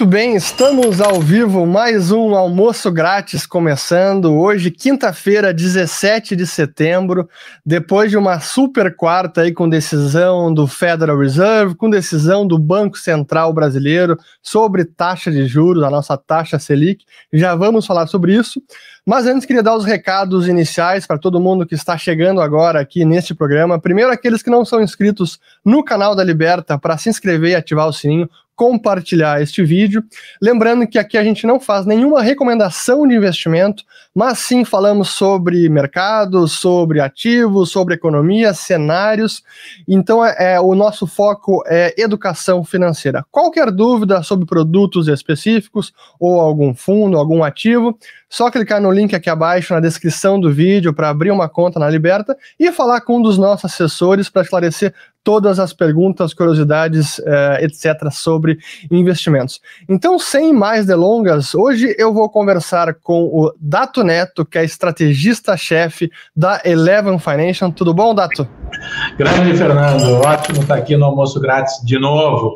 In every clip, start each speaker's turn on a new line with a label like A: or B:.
A: Muito bem, estamos ao vivo, mais um almoço grátis começando hoje, quinta-feira, 17 de setembro, depois de uma super quarta aí com decisão do Federal Reserve, com decisão do Banco Central Brasileiro sobre taxa de juros, a nossa taxa Selic, já vamos falar sobre isso. Mas antes queria dar os recados iniciais para todo mundo que está chegando agora aqui neste programa. Primeiro, aqueles que não são inscritos no canal da Liberta, para se inscrever e ativar o sininho, compartilhar este vídeo. Lembrando que aqui a gente não faz nenhuma recomendação de investimento, mas sim falamos sobre mercado, sobre ativos, sobre economia, cenários. Então o nosso foco é educação financeira. Qualquer dúvida sobre produtos específicos ou algum fundo, algum ativo, só clicar no link aqui abaixo na descrição do vídeo para abrir uma conta na Liberta e falar com um dos nossos assessores para esclarecer todas as perguntas, curiosidades, etc. sobre investimentos. Então, sem mais delongas, hoje eu vou conversar com o Dato Neto, que é estrategista-chefe da Eleven Financial. Tudo bom, Dato?
B: Grande, Fernando. Ótimo estar aqui no Almoço Grátis de novo,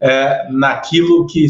B: naquilo que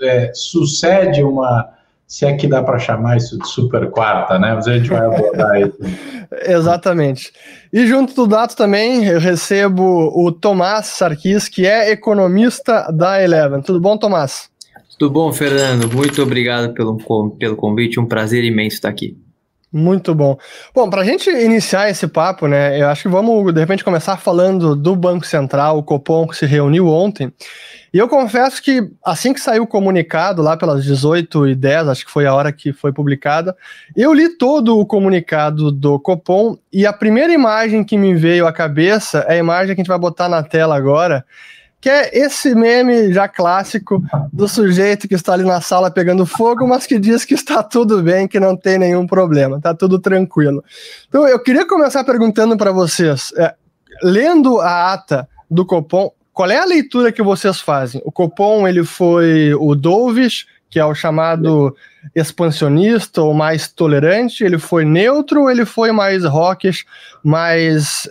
B: sucede uma... Se é que dá para chamar isso de super quarta, né? Mas a gente vai abordar isso.
A: Exatamente. E junto do Dato também, eu recebo o Tomás Sarkis, que é economista da Eleven. Tudo bom, Tomás?
C: Tudo bom, Fernando. Muito obrigado pelo convite. Um prazer imenso estar aqui.
A: Muito bom. Bom, para a gente iniciar esse papo, né, eu acho que vamos, de repente, começar falando do Banco Central, o Copom, que se reuniu ontem. E eu confesso que, assim que saiu o comunicado, lá pelas 18h10, acho que foi a hora que foi publicada, eu li todo o comunicado do Copom e a primeira imagem que me veio à cabeça é a imagem que a gente vai botar na tela agora, que é esse meme já clássico do sujeito que está ali na sala pegando fogo, mas que diz que está tudo bem, que não tem nenhum problema, está tudo tranquilo. Então eu queria começar perguntando para vocês, lendo a ata do Copom, qual é a leitura que vocês fazem? O Copom, ele foi o dovish, que é o chamado expansionista ou mais tolerante, ele foi neutro ou ele foi mais hawkish, mais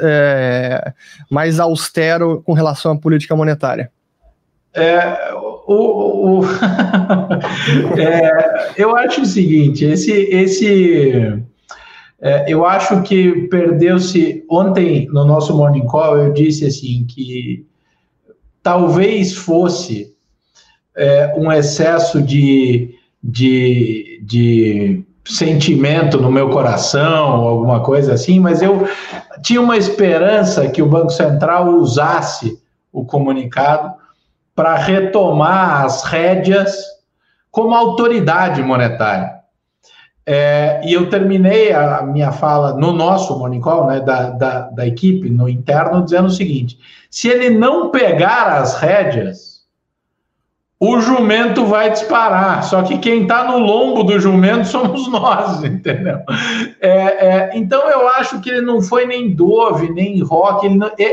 A: austero com relação à política monetária?
B: Eu acho o seguinte, eu acho que perdeu-se, ontem no nosso Morning Call eu disse assim que talvez fosse um excesso de sentimento no meu coração, alguma coisa assim, mas eu tinha uma esperança que o Banco Central usasse o comunicado para retomar as rédeas como autoridade monetária. E eu terminei a minha fala no nosso Morning Call, né, da equipe, no interno, dizendo o seguinte: se ele não pegar as rédeas, o jumento vai disparar, só que quem está no lombo do jumento somos nós, entendeu? Então eu acho que ele não foi nem dove, nem rock,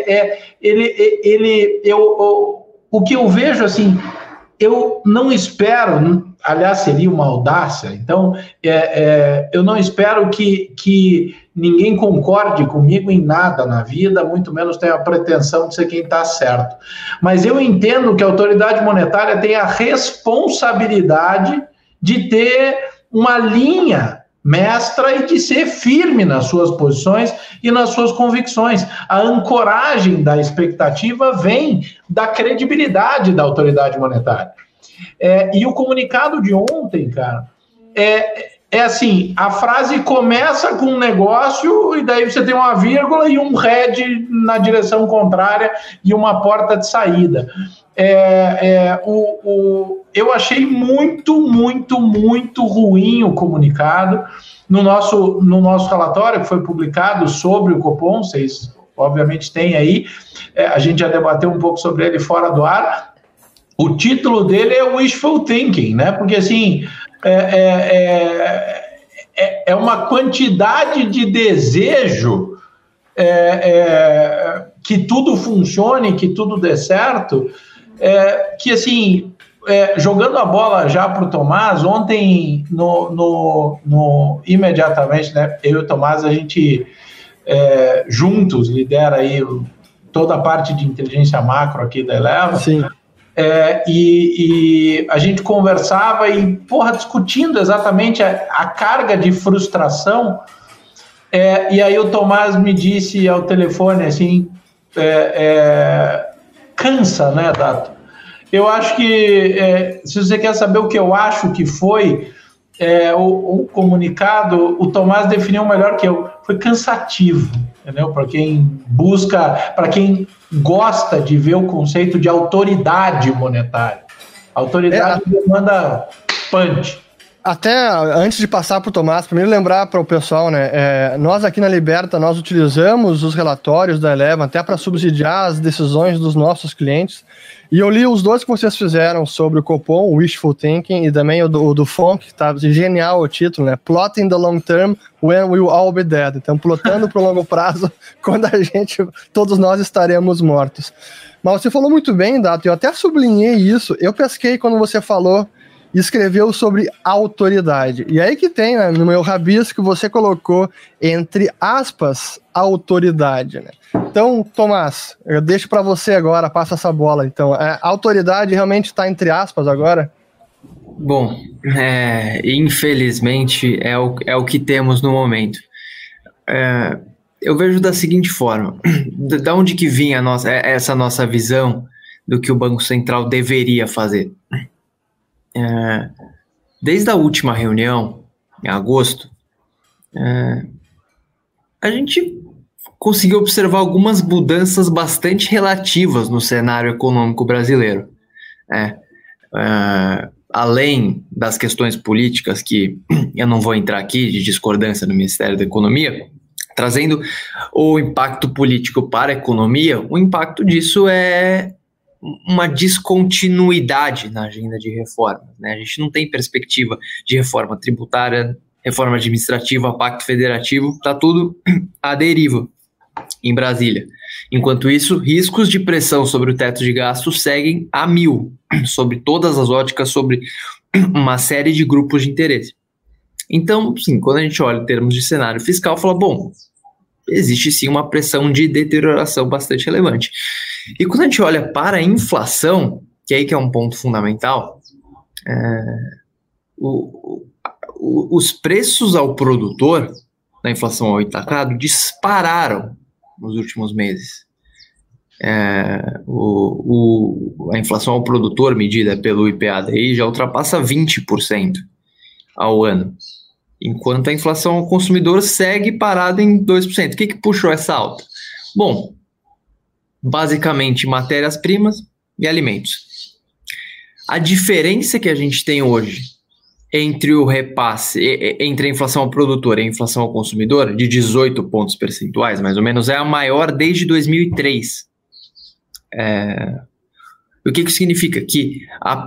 B: o que eu vejo assim, eu não espero, aliás, seria uma audácia, então eu não espero que ninguém concorde comigo em nada na vida, muito menos tenha a pretensão de ser quem está certo. Mas eu entendo que a autoridade monetária tem a responsabilidade de ter uma linha mestra e de ser firme nas suas posições e nas suas convicções. A ancoragem da expectativa vem da credibilidade da autoridade monetária. E o comunicado de ontem, cara, assim, a frase começa com um negócio e daí você tem uma vírgula e um head na direção contrária e uma porta de saída. Eu achei muito, muito, muito ruim o comunicado. No nosso relatório que foi publicado sobre o Copom, vocês obviamente têm aí, a gente já debateu um pouco sobre ele fora do ar. O título dele é Wishful Thinking, né? Porque assim, é uma quantidade de desejo que tudo funcione, que tudo dê certo, que assim, jogando a bola já para o Tomás, ontem imediatamente, né, eu e o Tomás, a gente juntos lidera aí toda a parte de inteligência macro aqui da Eleva.
A: Sim.
B: e a gente conversava e, discutindo exatamente a carga de frustração. E aí o Tomás me disse ao telefone assim, cansa, né, Dato? Eu acho que, se você quer saber o que eu acho que foi o comunicado, o Tomás definiu melhor que eu, foi cansativo, entendeu? Para quem busca, para quem gosta de ver o conceito de autoridade monetária. Autoridade demanda punch.
A: Até antes de passar para o Tomás, primeiro lembrar para o pessoal, né? Nós aqui na Liberta, nós utilizamos os relatórios da Eleven até para subsidiar as decisões dos nossos clientes. E eu li os dois que vocês fizeram sobre o Copom, o Wishful Thinking, e também o do Fonk, que tá genial o título, né? Plotting the long term when we'll all be dead. Então, plotando para o longo prazo, quando todos nós estaremos mortos. Mas você falou muito bem, Dato, eu até sublinhei isso. Eu pesquei quando você falou e escreveu sobre autoridade. E aí que tem, né, no meu rabisco, você colocou entre aspas autoridade, né? Então, Tomás, eu deixo para você agora, passa essa bola. Então, a autoridade realmente está entre aspas agora?
C: Bom, infelizmente é o que temos no momento. Eu vejo da seguinte forma, da onde que vinha essa nossa visão do que o Banco Central deveria fazer? Desde a última reunião, em agosto, a gente conseguiu observar algumas mudanças bastante relativas no cenário econômico brasileiro. Além das questões políticas, que eu não vou entrar aqui, de discordância no Ministério da Economia, trazendo o impacto político para a economia, o impacto disso é uma descontinuidade na agenda de reforma, né? A gente não tem perspectiva de reforma tributária, reforma administrativa, pacto federativo, está tudo à deriva em Brasília. Enquanto isso, riscos de pressão sobre o teto de gastos seguem a 1000, sobre todas as óticas, sobre uma série de grupos de interesse. Então, sim, quando a gente olha em termos de cenário fiscal, fala, bom, existe sim uma pressão de deterioração bastante relevante. E quando a gente olha para a inflação, que aí que é um ponto fundamental, os preços ao produtor, da inflação ao atacado, dispararam nos últimos meses. A inflação ao produtor, medida pelo IPADI, já ultrapassa 20% ao ano, enquanto a inflação ao consumidor segue parada em 2%. O que puxou essa alta? Bom, basicamente matérias-primas e alimentos. A diferença que a gente tem hoje entre o repasse, entre a inflação ao produtor e a inflação ao consumidor, de 18 pontos percentuais, mais ou menos, é a maior desde 2003. O que significa? Que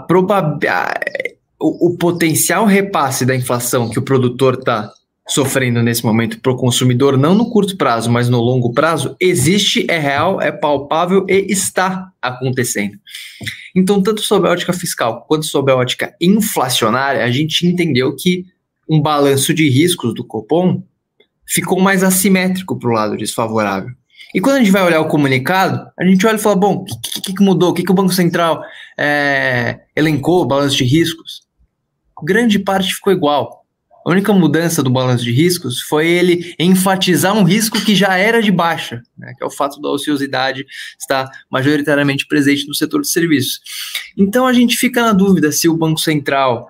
C: o potencial repasse da inflação que o produtor está sofrendo nesse momento para o consumidor, não no curto prazo, mas no longo prazo, existe, é real, é palpável e está acontecendo. Então, tanto sob a ótica fiscal quanto sob a ótica inflacionária, a gente entendeu que um balanço de riscos do Copom ficou mais assimétrico para o lado desfavorável. E quando a gente vai olhar o comunicado, a gente olha e fala, bom, o que mudou? O que o Banco Central elencou, o balanço de riscos? Grande parte ficou igual. A única mudança do balanço de riscos foi ele enfatizar um risco que já era de baixa, né, que é o fato da ociosidade estar majoritariamente presente no setor de serviços. Então a gente fica na dúvida se o Banco Central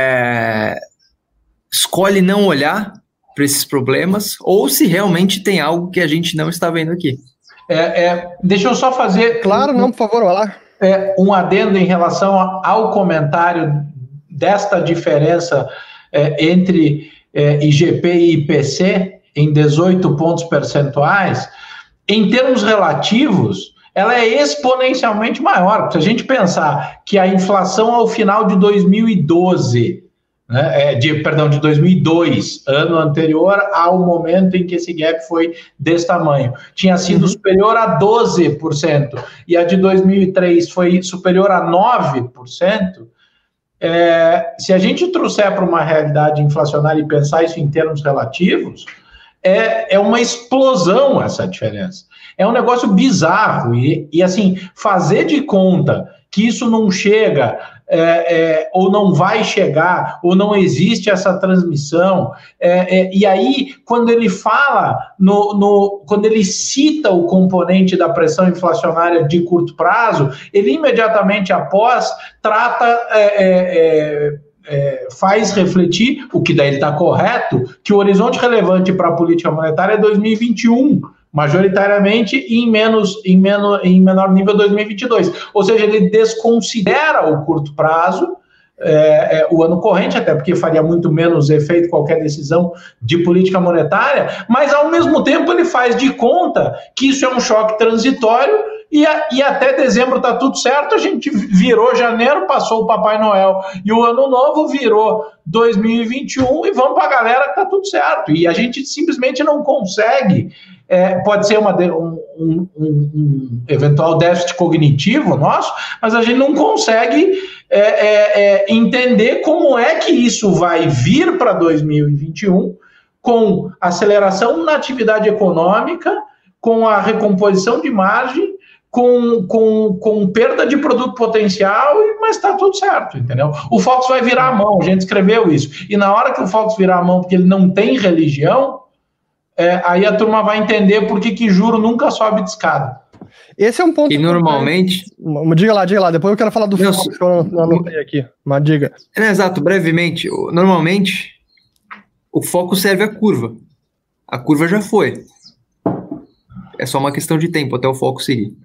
C: escolhe não olhar para esses problemas ou se realmente tem algo que a gente não está vendo aqui.
B: Deixa eu só fazer...
A: Claro, não, por favor, vai lá.
B: Um adendo em relação ao comentário desta diferença entre IGP e IPC em 18 pontos percentuais. Em termos relativos, ela é exponencialmente maior. Se a gente pensar que a inflação ao final de 2012, de 2002, ano anterior ao momento em que esse gap foi desse tamanho, tinha sido superior a 12%, e a de 2003 foi superior a 9%, se a gente trouxer para uma realidade inflacionária e pensar isso em termos relativos, é uma explosão essa diferença. É um negócio bizarro. E assim, fazer de conta que isso não chega, ou não vai chegar, ou não existe essa transmissão. E aí, quando ele fala, quando ele cita o componente da pressão inflacionária de curto prazo, ele imediatamente após trata... faz refletir, o que daí ele está correto, que o horizonte relevante para a política monetária é 2021, majoritariamente em menor nível 2022. Ou seja, ele desconsidera o curto prazo, o ano corrente, até porque faria muito menos efeito qualquer decisão de política monetária, mas ao mesmo tempo ele faz de conta que isso é um choque transitório e até dezembro está tudo certo, a gente virou janeiro, passou o Papai Noel e o Ano Novo, virou 2021 e vamos para a galera que está tudo certo. E a gente simplesmente não consegue, pode ser um eventual déficit cognitivo nosso, mas a gente não consegue entender como é que isso vai vir para 2021 com aceleração na atividade econômica, com a recomposição de margem, com perda de produto potencial, mas está tudo certo, entendeu? O Fox vai virar a mão, a gente escreveu isso. E na hora que o Fox virar a mão, porque ele não tem religião, aí a turma vai entender por que juro nunca sobe de escada.
A: Esse é um ponto...
C: E normalmente...
A: Diga lá, depois eu quero falar do Fox, que eu não anotei aqui, mas diga.
C: Exato, brevemente. Normalmente, o foco serve à curva. A curva já foi. É só uma questão de tempo até o foco seguir.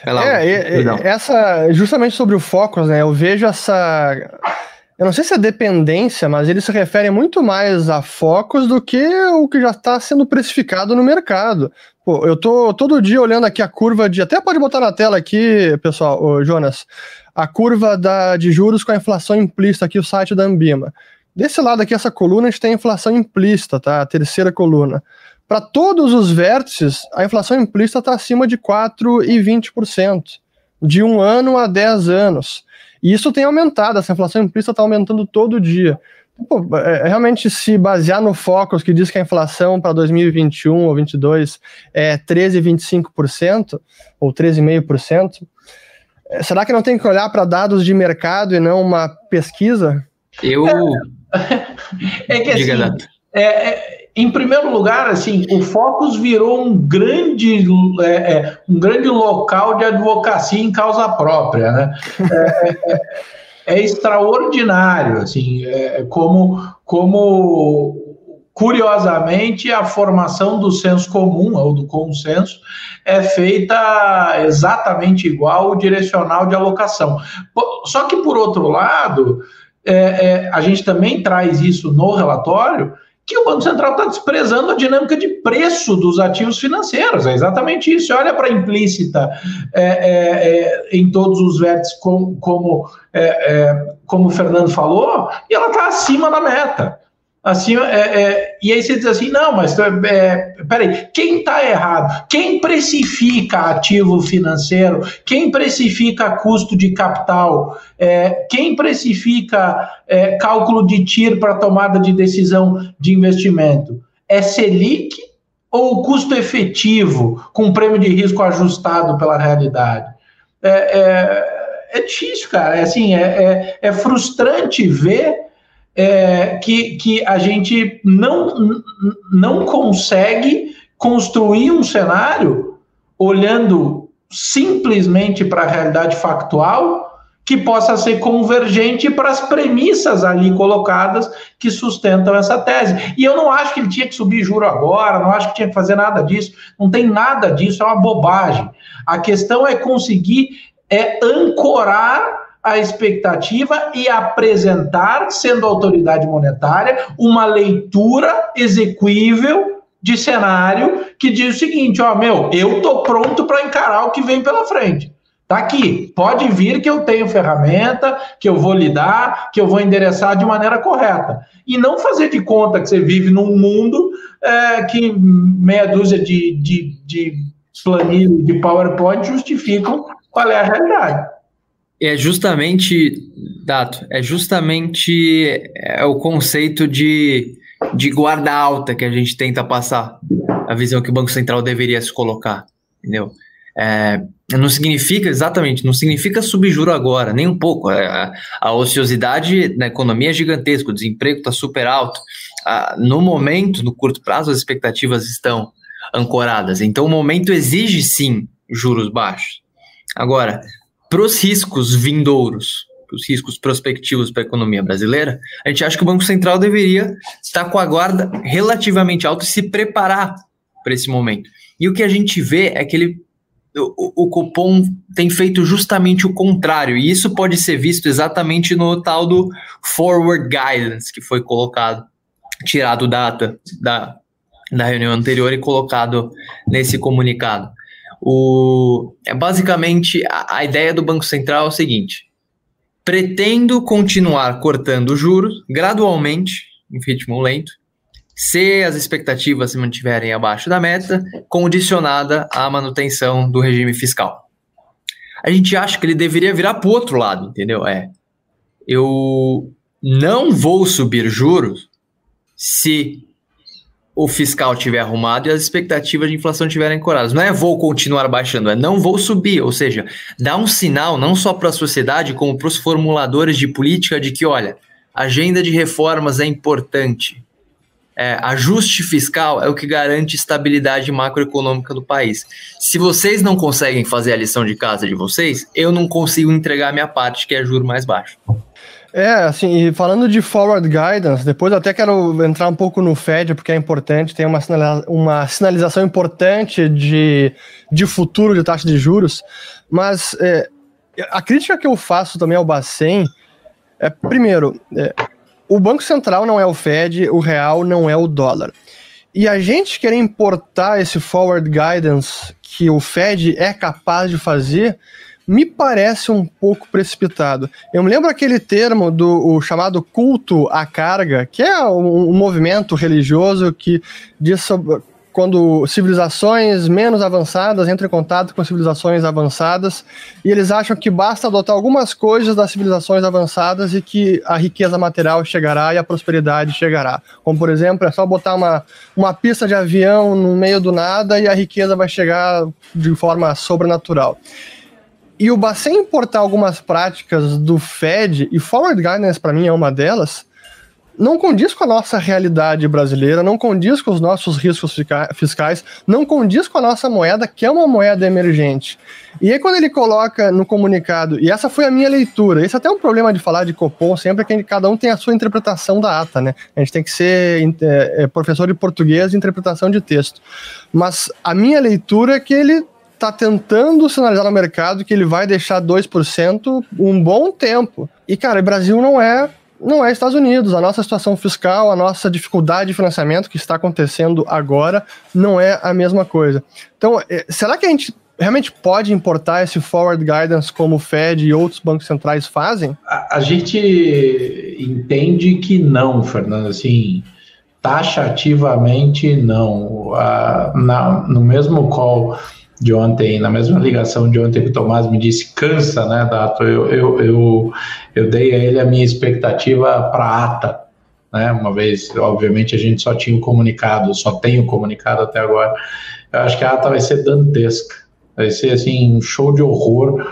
A: Justamente sobre o Focus, né? Eu vejo essa... Eu não sei se é dependência, mas ele se refere muito mais a Focus do que o que já está sendo precificado no mercado. Pô, eu tô todo dia olhando aqui a curva de... Até pode botar na tela aqui, pessoal, Jonas, a curva de juros com a inflação implícita aqui, o site da Ambima. Desse lado aqui, essa coluna, a gente tem a inflação implícita, tá? A terceira coluna. Para todos os vértices, a inflação implícita está acima de 4,20%, de 1 ano a 10 anos. E isso tem aumentado, essa inflação implícita está aumentando todo dia. Pô, realmente, se basear no Focus, que diz que a inflação para 2021 ou 2022 é 13,25%, ou 13,5%, será que não tem que olhar para dados de mercado e não uma pesquisa?
B: Em primeiro lugar, assim, o Focus virou um grande local de advocacia em causa própria, né? É extraordinário, assim, como curiosamente a formação do senso comum ou do consenso é feita exatamente igual o direcional de alocação. Só que, por outro lado, a gente também traz isso no relatório, que o Banco Central está desprezando a dinâmica de preço dos ativos financeiros. É exatamente isso. Você olha para a implícita em todos os vértices, como o Fernando falou, e ela está acima da meta. E aí você diz assim, não, mas peraí, quem está errado? Quem precifica ativo financeiro? Quem precifica custo de capital? Quem precifica cálculo de TIR para tomada de decisão de investimento? É Selic ou o custo efetivo com prêmio de risco ajustado pela realidade? É difícil, cara. É frustrante ver que a gente não consegue construir um cenário olhando simplesmente para a realidade factual que possa ser convergente para as premissas ali colocadas que sustentam essa tese. E eu não acho que ele tinha que subir juro agora, não acho que tinha que fazer nada disso, não tem nada disso, é uma bobagem. A questão é conseguir ancorar a expectativa e apresentar, sendo autoridade monetária, uma leitura execuível de cenário que diz o seguinte, eu estou pronto para encarar o que vem pela frente. Está aqui, pode vir que eu tenho ferramenta, que eu vou lidar, que eu vou endereçar de maneira correta. E não fazer de conta que você vive num mundo que meia dúzia de planilhas de PowerPoint justificam qual é a realidade.
C: É justamente o conceito de guarda alta que a gente tenta passar, a visão que o Banco Central deveria se colocar, entendeu? Não significa, exatamente, não significa subir juro agora, nem um pouco. A ociosidade na economia é gigantesca, o desemprego está super alto. No momento, no curto prazo, as expectativas estão ancoradas. Então, o momento exige, sim, juros baixos. Agora, para os riscos vindouros, os riscos prospectivos para a economia brasileira, a gente acha que o Banco Central deveria estar com a guarda relativamente alta e se preparar para esse momento. E o que a gente vê é que o Copom tem feito justamente o contrário, e isso pode ser visto exatamente no tal do Forward Guidance, que foi tirado data da reunião anterior e colocado nesse comunicado. Basicamente, a ideia do Banco Central é o seguinte: pretendo continuar cortando juros gradualmente, em ritmo lento, se as expectativas se mantiverem abaixo da meta, condicionada à manutenção do regime fiscal. A gente acha que ele deveria virar para o outro lado, entendeu? Eu não vou subir juros se o fiscal estiver arrumado e as expectativas de inflação estiverem ancoradas. Não é vou continuar baixando, não vou subir. Ou seja, dá um sinal não só para a sociedade, como para os formuladores de política de que, olha, a agenda de reformas é importante. Ajuste fiscal é o que garante estabilidade macroeconômica do país. Se vocês não conseguem fazer a lição de casa de vocês, eu não consigo entregar a minha parte, que é juro mais baixo.
A: Assim, e falando de forward guidance, depois eu até quero entrar um pouco no Fed, porque é importante, tem uma sinalização importante de futuro de taxa de juros, mas a crítica que eu faço também ao Bacen primeiro, o Banco Central não é o Fed, o real não é o dólar. E a gente querer importar esse forward guidance que o Fed é capaz de fazer me parece um pouco precipitado. Eu me lembro aquele termo do chamado culto à carga, que é um movimento religioso que diz sobre quando civilizações menos avançadas entram em contato com civilizações avançadas, e eles acham que basta adotar algumas coisas das civilizações avançadas e que a riqueza material chegará e a prosperidade chegará. Como, por exemplo, é só botar uma pista de avião no meio do nada e a riqueza vai chegar de forma sobrenatural. E o Bacen importar algumas práticas do Fed, e Forward Guidance para mim é uma delas, não condiz com a nossa realidade brasileira, não condiz com os nossos riscos fiscais, não condiz com a nossa moeda, que é uma moeda emergente. E aí quando ele coloca no comunicado, e essa foi a minha leitura, esse é até um problema de falar de Copom, sempre que cada um tem a sua interpretação da ata, né? A gente tem que ser professor de português de interpretação de texto. Mas a minha leitura é que ele está tentando sinalizar no mercado que ele vai deixar 2% um bom tempo. E, cara, o Brasil não é Estados Unidos. A nossa situação fiscal, a nossa dificuldade de financiamento que está acontecendo agora não é a mesma coisa. Então, será que a gente realmente pode importar esse forward guidance como o Fed e outros bancos centrais fazem?
B: A gente entende que não, Fernando, assim, taxativamente não. No mesmo call de ontem, na mesma ligação de ontem que o Tomás me disse, cansa, né, Dato? Eu dei a ele a minha expectativa para a ata, né? Uma vez, obviamente, a gente só tinha o comunicado, só tem o comunicado até agora. Eu acho que a ata vai ser dantesca, vai ser assim um show de horror.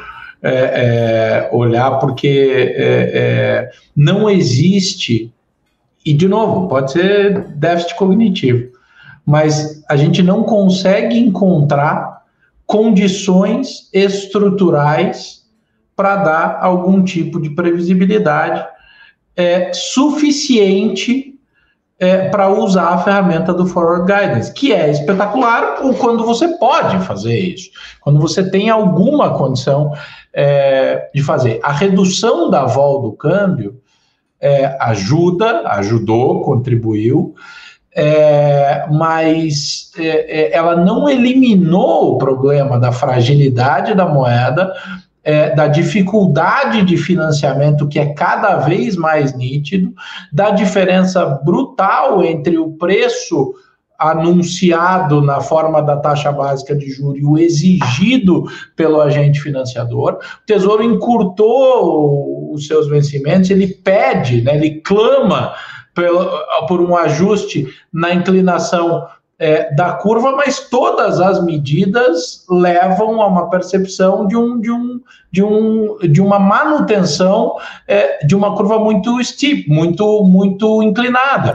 B: Olhar, porque não existe, e de novo, pode ser déficit cognitivo, mas a gente não consegue encontrar condições estruturais para dar algum tipo de previsibilidade suficiente para usar a ferramenta do Forward Guidance, que é espetacular quando você pode fazer isso, quando você tem alguma condição de fazer. A redução da vol do câmbio ajudou, contribuiu, mas ela não eliminou o problema da fragilidade da moeda, da dificuldade de financiamento que é cada vez mais nítido, da diferença brutal entre o preço anunciado na forma da taxa básica de juros e o exigido pelo agente financiador. O Tesouro encurtou os seus vencimentos, ele pede, né, ele clama por um ajuste na inclinação da curva, mas todas as medidas levam a uma percepção de uma manutenção de uma curva muito steep, muito inclinada.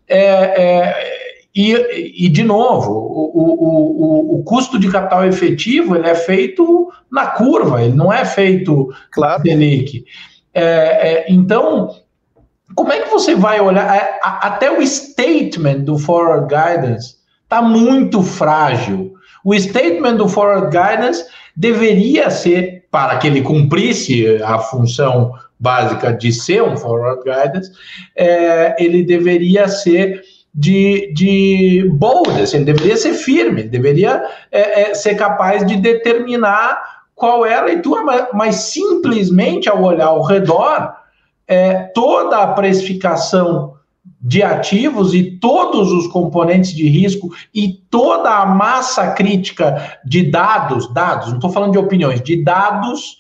B: E de novo, o custo de capital efetivo ele é feito na curva, ele não é feito Selic. Então, como é que você vai olhar? Até o statement do Forward Guidance está muito frágil. O statement do Forward Guidance deveria ser, para que ele cumprisse a função básica de ser um Forward Guidance, ele deveria ser de boldness, ele deveria ser firme, ele deveria ser capaz de determinar qual era a leitura, mas simplesmente ao olhar ao redor, toda a precificação de ativos e todos os componentes de risco e toda a massa crítica de dados, não estou falando de opiniões, de dados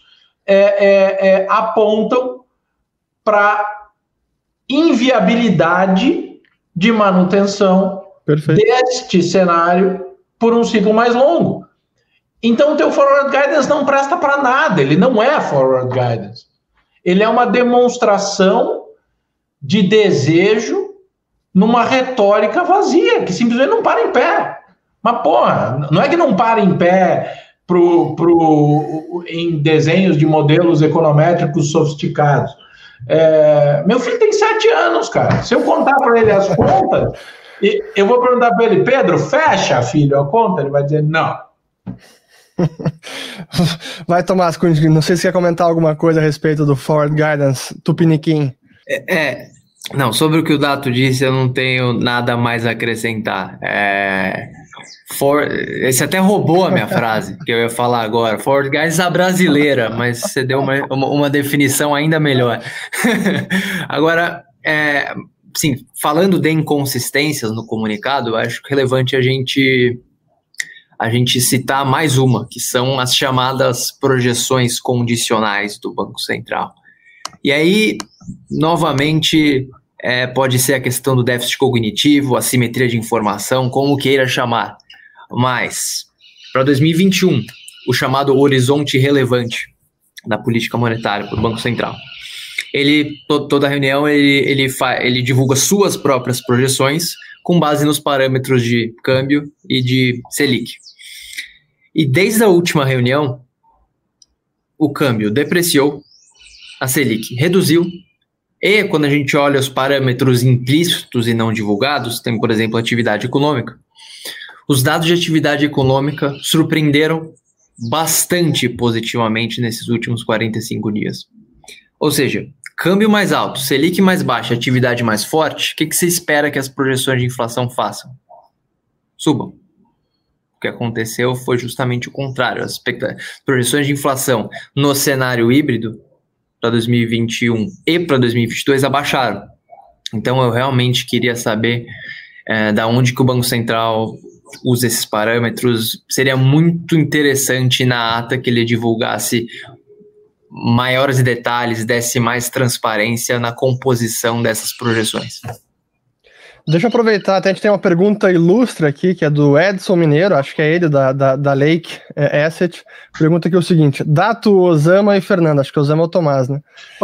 B: apontam para inviabilidade de manutenção deste cenário por um ciclo mais longo. Então, o teu Forward Guidance não presta para nada, ele não é Forward Guidance. Ele é uma demonstração de desejo numa retórica vazia, que simplesmente não para em pé. Mas, porra, não é que não para em pé em desenhos de modelos econométricos sofisticados. Meu filho tem 7 anos, cara. Se eu contar para ele as contas, eu vou perguntar para ele, Pedro, fecha, filho, a conta? Ele vai dizer, não.
A: Vai, Tomás, não sei se quer comentar alguma coisa a respeito do Forward Guidance Tupiniquim.
C: Não, sobre o que o Dato disse, eu não tenho nada mais a acrescentar. Esse até roubou a minha frase, que eu ia falar agora. Forward Guidance a brasileira, mas você deu uma definição ainda melhor. Agora, sim, falando de inconsistências no comunicado, eu acho relevante a gente citar mais uma, que são as chamadas projeções condicionais do Banco Central. E aí, novamente, pode ser a questão do déficit cognitivo, assimetria de informação, como queira chamar. Mas, para 2021, o chamado horizonte relevante da política monetária do Banco Central. Toda reunião, ele divulga suas próprias projeções com base nos parâmetros de câmbio e de Selic. E desde a última reunião, o câmbio depreciou, a Selic reduziu, e quando a gente olha os parâmetros implícitos e não divulgados, tem, por exemplo, a atividade econômica, os dados de atividade econômica surpreenderam bastante positivamente nesses últimos 45 dias. Ou seja, câmbio mais alto, Selic mais baixa, atividade mais forte, o que você espera que as projeções de inflação façam? Subam. O que aconteceu foi justamente o contrário. As projeções de inflação no cenário híbrido para 2021 e para 2022 abaixaram. Então eu realmente queria saber da onde que o Banco Central usa esses parâmetros. Seria muito interessante na ata que ele divulgasse maiores detalhes, desse mais transparência na composição dessas projeções.
A: Deixa eu aproveitar, até a gente tem uma pergunta ilustre aqui, que é do Edson Mineiro, acho que é ele, da Lake Asset. Pergunta aqui o seguinte: Dato, Osama e Fernando, acho que Osama é o Tomás, né?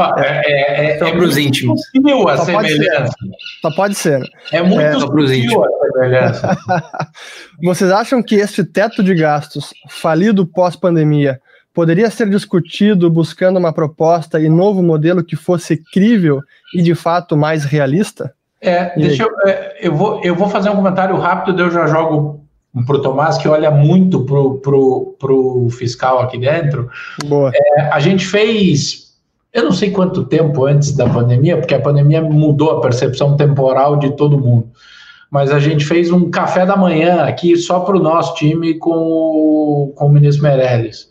C: Só para os íntimos.
B: A semelhança.
A: Só pode ser.
B: É muito sutil a semelhança.
A: Vocês acham que este teto de gastos falido pós-pandemia poderia ser discutido buscando uma proposta e novo modelo que fosse crível e de fato mais realista?
B: Eu vou fazer um comentário rápido, eu já jogo para o Tomás, que olha muito pro fiscal aqui dentro.
A: Boa.
B: A gente fez, eu não sei quanto tempo antes da pandemia, porque a pandemia mudou a percepção temporal de todo mundo, mas a gente fez um café da manhã aqui só para o nosso time com o ministro Meirelles.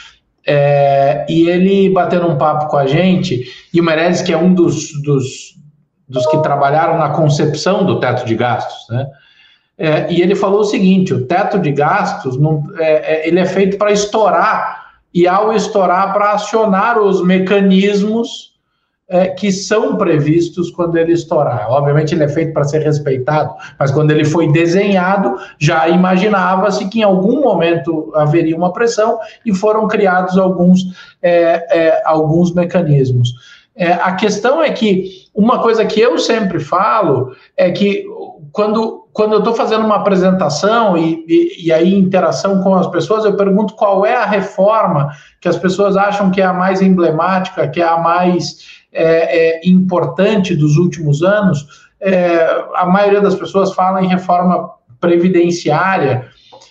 B: E ele batendo um papo com a gente, e o Meirelles, que é um dos que trabalharam na concepção do teto de gastos, né? E ele falou o seguinte: o teto de gastos ele é feito para estourar, e ao estourar, para acionar os mecanismos que são previstos quando ele estourar. Obviamente ele é feito para ser respeitado, mas quando ele foi desenhado, já imaginava-se que em algum momento haveria uma pressão e foram criados alguns mecanismos. A questão é que uma coisa que eu sempre falo é que quando eu estou fazendo uma apresentação e aí interação com as pessoas, eu pergunto qual é a reforma que as pessoas acham que é a mais emblemática, que é a mais importante dos últimos anos. A maioria das pessoas fala em reforma previdenciária,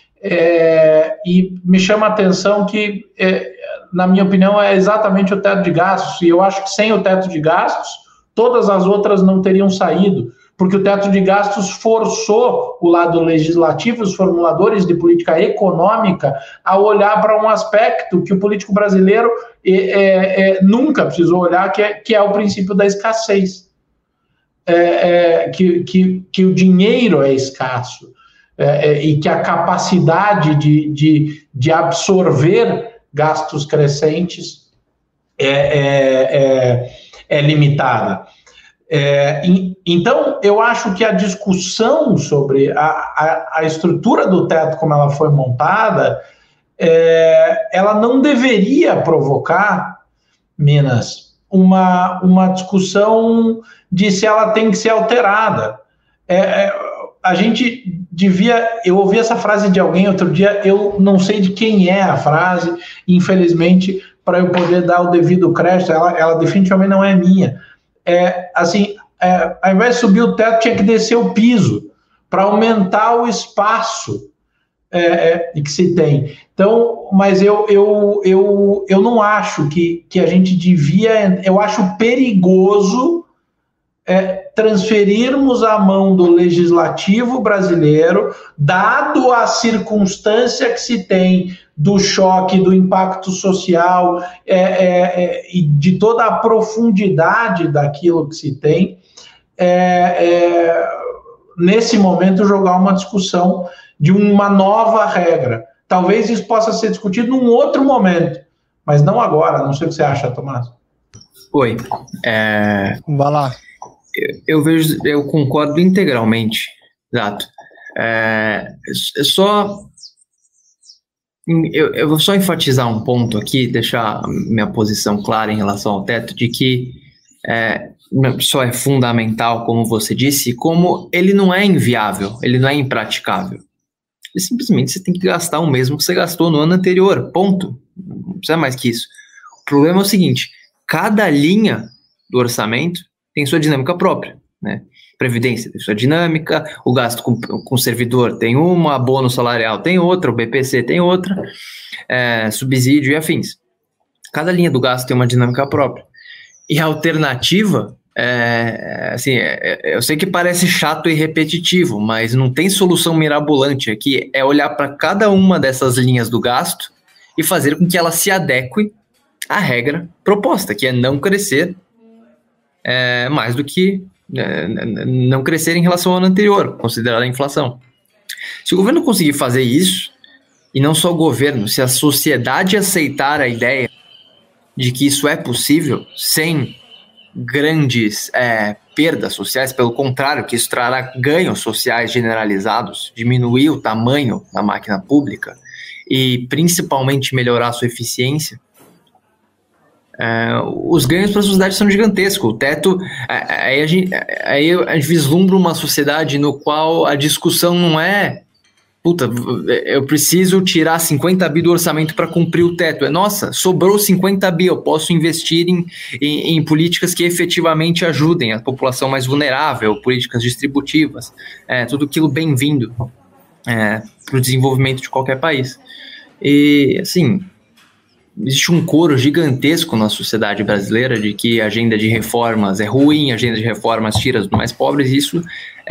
B: e me chama a atenção que, na minha opinião, é exatamente o teto de gastos, e eu acho que sem o teto de gastos, todas as outras não teriam saído, porque o teto de gastos forçou o lado legislativo, os formuladores de política econômica, a olhar para um aspecto que o político brasileiro nunca precisou olhar, que é o princípio da escassez. Que o dinheiro é escasso, e que a capacidade de absorver gastos crescentes é limitada. Então, eu acho que a discussão sobre a estrutura do teto, como ela foi montada, ela não deveria provocar, Minas, uma discussão de se ela tem que ser alterada. A gente devia... Eu ouvi essa frase de alguém outro dia, eu não sei de quem é a frase, infelizmente, para eu poder dar o devido crédito, ela definitivamente não é minha. Ao invés de subir o teto, tinha que descer o piso para aumentar o espaço que se tem. Então, mas eu não acho que a gente devia... Eu acho perigoso transferirmos a mão do legislativo brasileiro, dado a circunstância que se tem do choque, do impacto social e de toda a profundidade daquilo que se tem, nesse momento jogar uma discussão de uma nova regra. Talvez isso possa ser discutido num outro momento, mas não agora. Não sei o que você acha, Tomás.
C: Oi.
A: Vai lá.
C: Eu concordo integralmente, exato. Eu vou só enfatizar um ponto aqui, deixar minha posição clara em relação ao teto, de que só é fundamental, como você disse, como ele não é inviável, ele não é impraticável. E simplesmente você tem que gastar o mesmo que você gastou no ano anterior, ponto. Não precisa mais que isso. O problema é o seguinte, cada linha do orçamento tem sua dinâmica própria, né? Previdência tem sua dinâmica, o gasto com servidor tem uma, abono salarial tem outra, o BPC tem outra, subsídio e afins. Cada linha do gasto tem uma dinâmica própria. E a alternativa, eu sei que parece chato e repetitivo, mas não tem solução mirabolante aqui, é olhar para cada uma dessas linhas do gasto e fazer com que ela se adeque à regra proposta, que é não crescer mais do que não crescer em relação ao ano anterior, considerada a inflação. Se o governo conseguir fazer isso, e não só o governo, se a sociedade aceitar a ideia de que isso é possível, sem grandes perdas sociais, pelo contrário, que isso trará ganhos sociais generalizados, diminuir o tamanho da máquina pública e principalmente melhorar a sua eficiência, os ganhos para a sociedade são gigantescos. O teto, aí a gente vislumbra uma sociedade no qual a discussão não é eu preciso tirar 50 bi do orçamento para cumprir o teto. Nossa, sobrou 50 bi, eu posso investir em políticas que efetivamente ajudem a população mais vulnerável, políticas distributivas, tudo aquilo bem-vindo para o desenvolvimento de qualquer país. E, assim, existe um coro gigantesco na sociedade brasileira de que a agenda de reformas é ruim, a agenda de reformas tira os mais pobres, e isso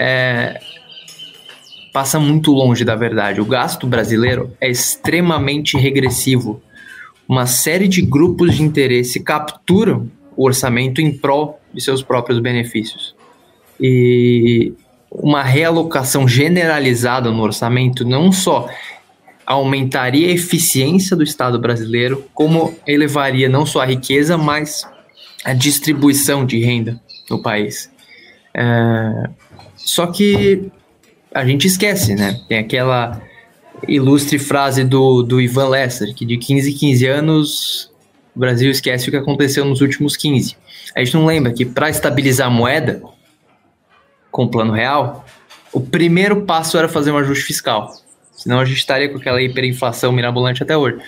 C: passa muito longe da verdade. O gasto brasileiro é extremamente regressivo. Uma série de grupos de interesse capturam o orçamento em prol de seus próprios benefícios. E uma realocação generalizada no orçamento não só aumentaria a eficiência do Estado brasileiro, como elevaria não só a riqueza, mas a distribuição de renda no país. Só que a gente esquece, né? Tem aquela ilustre frase do Ivan Lesser, que de 15 em 15 anos o Brasil esquece o que aconteceu nos últimos 15. A gente não lembra que para estabilizar a moeda com o plano real, o primeiro passo era fazer um ajuste fiscal. Senão a gente estaria com aquela hiperinflação mirabolante até hoje.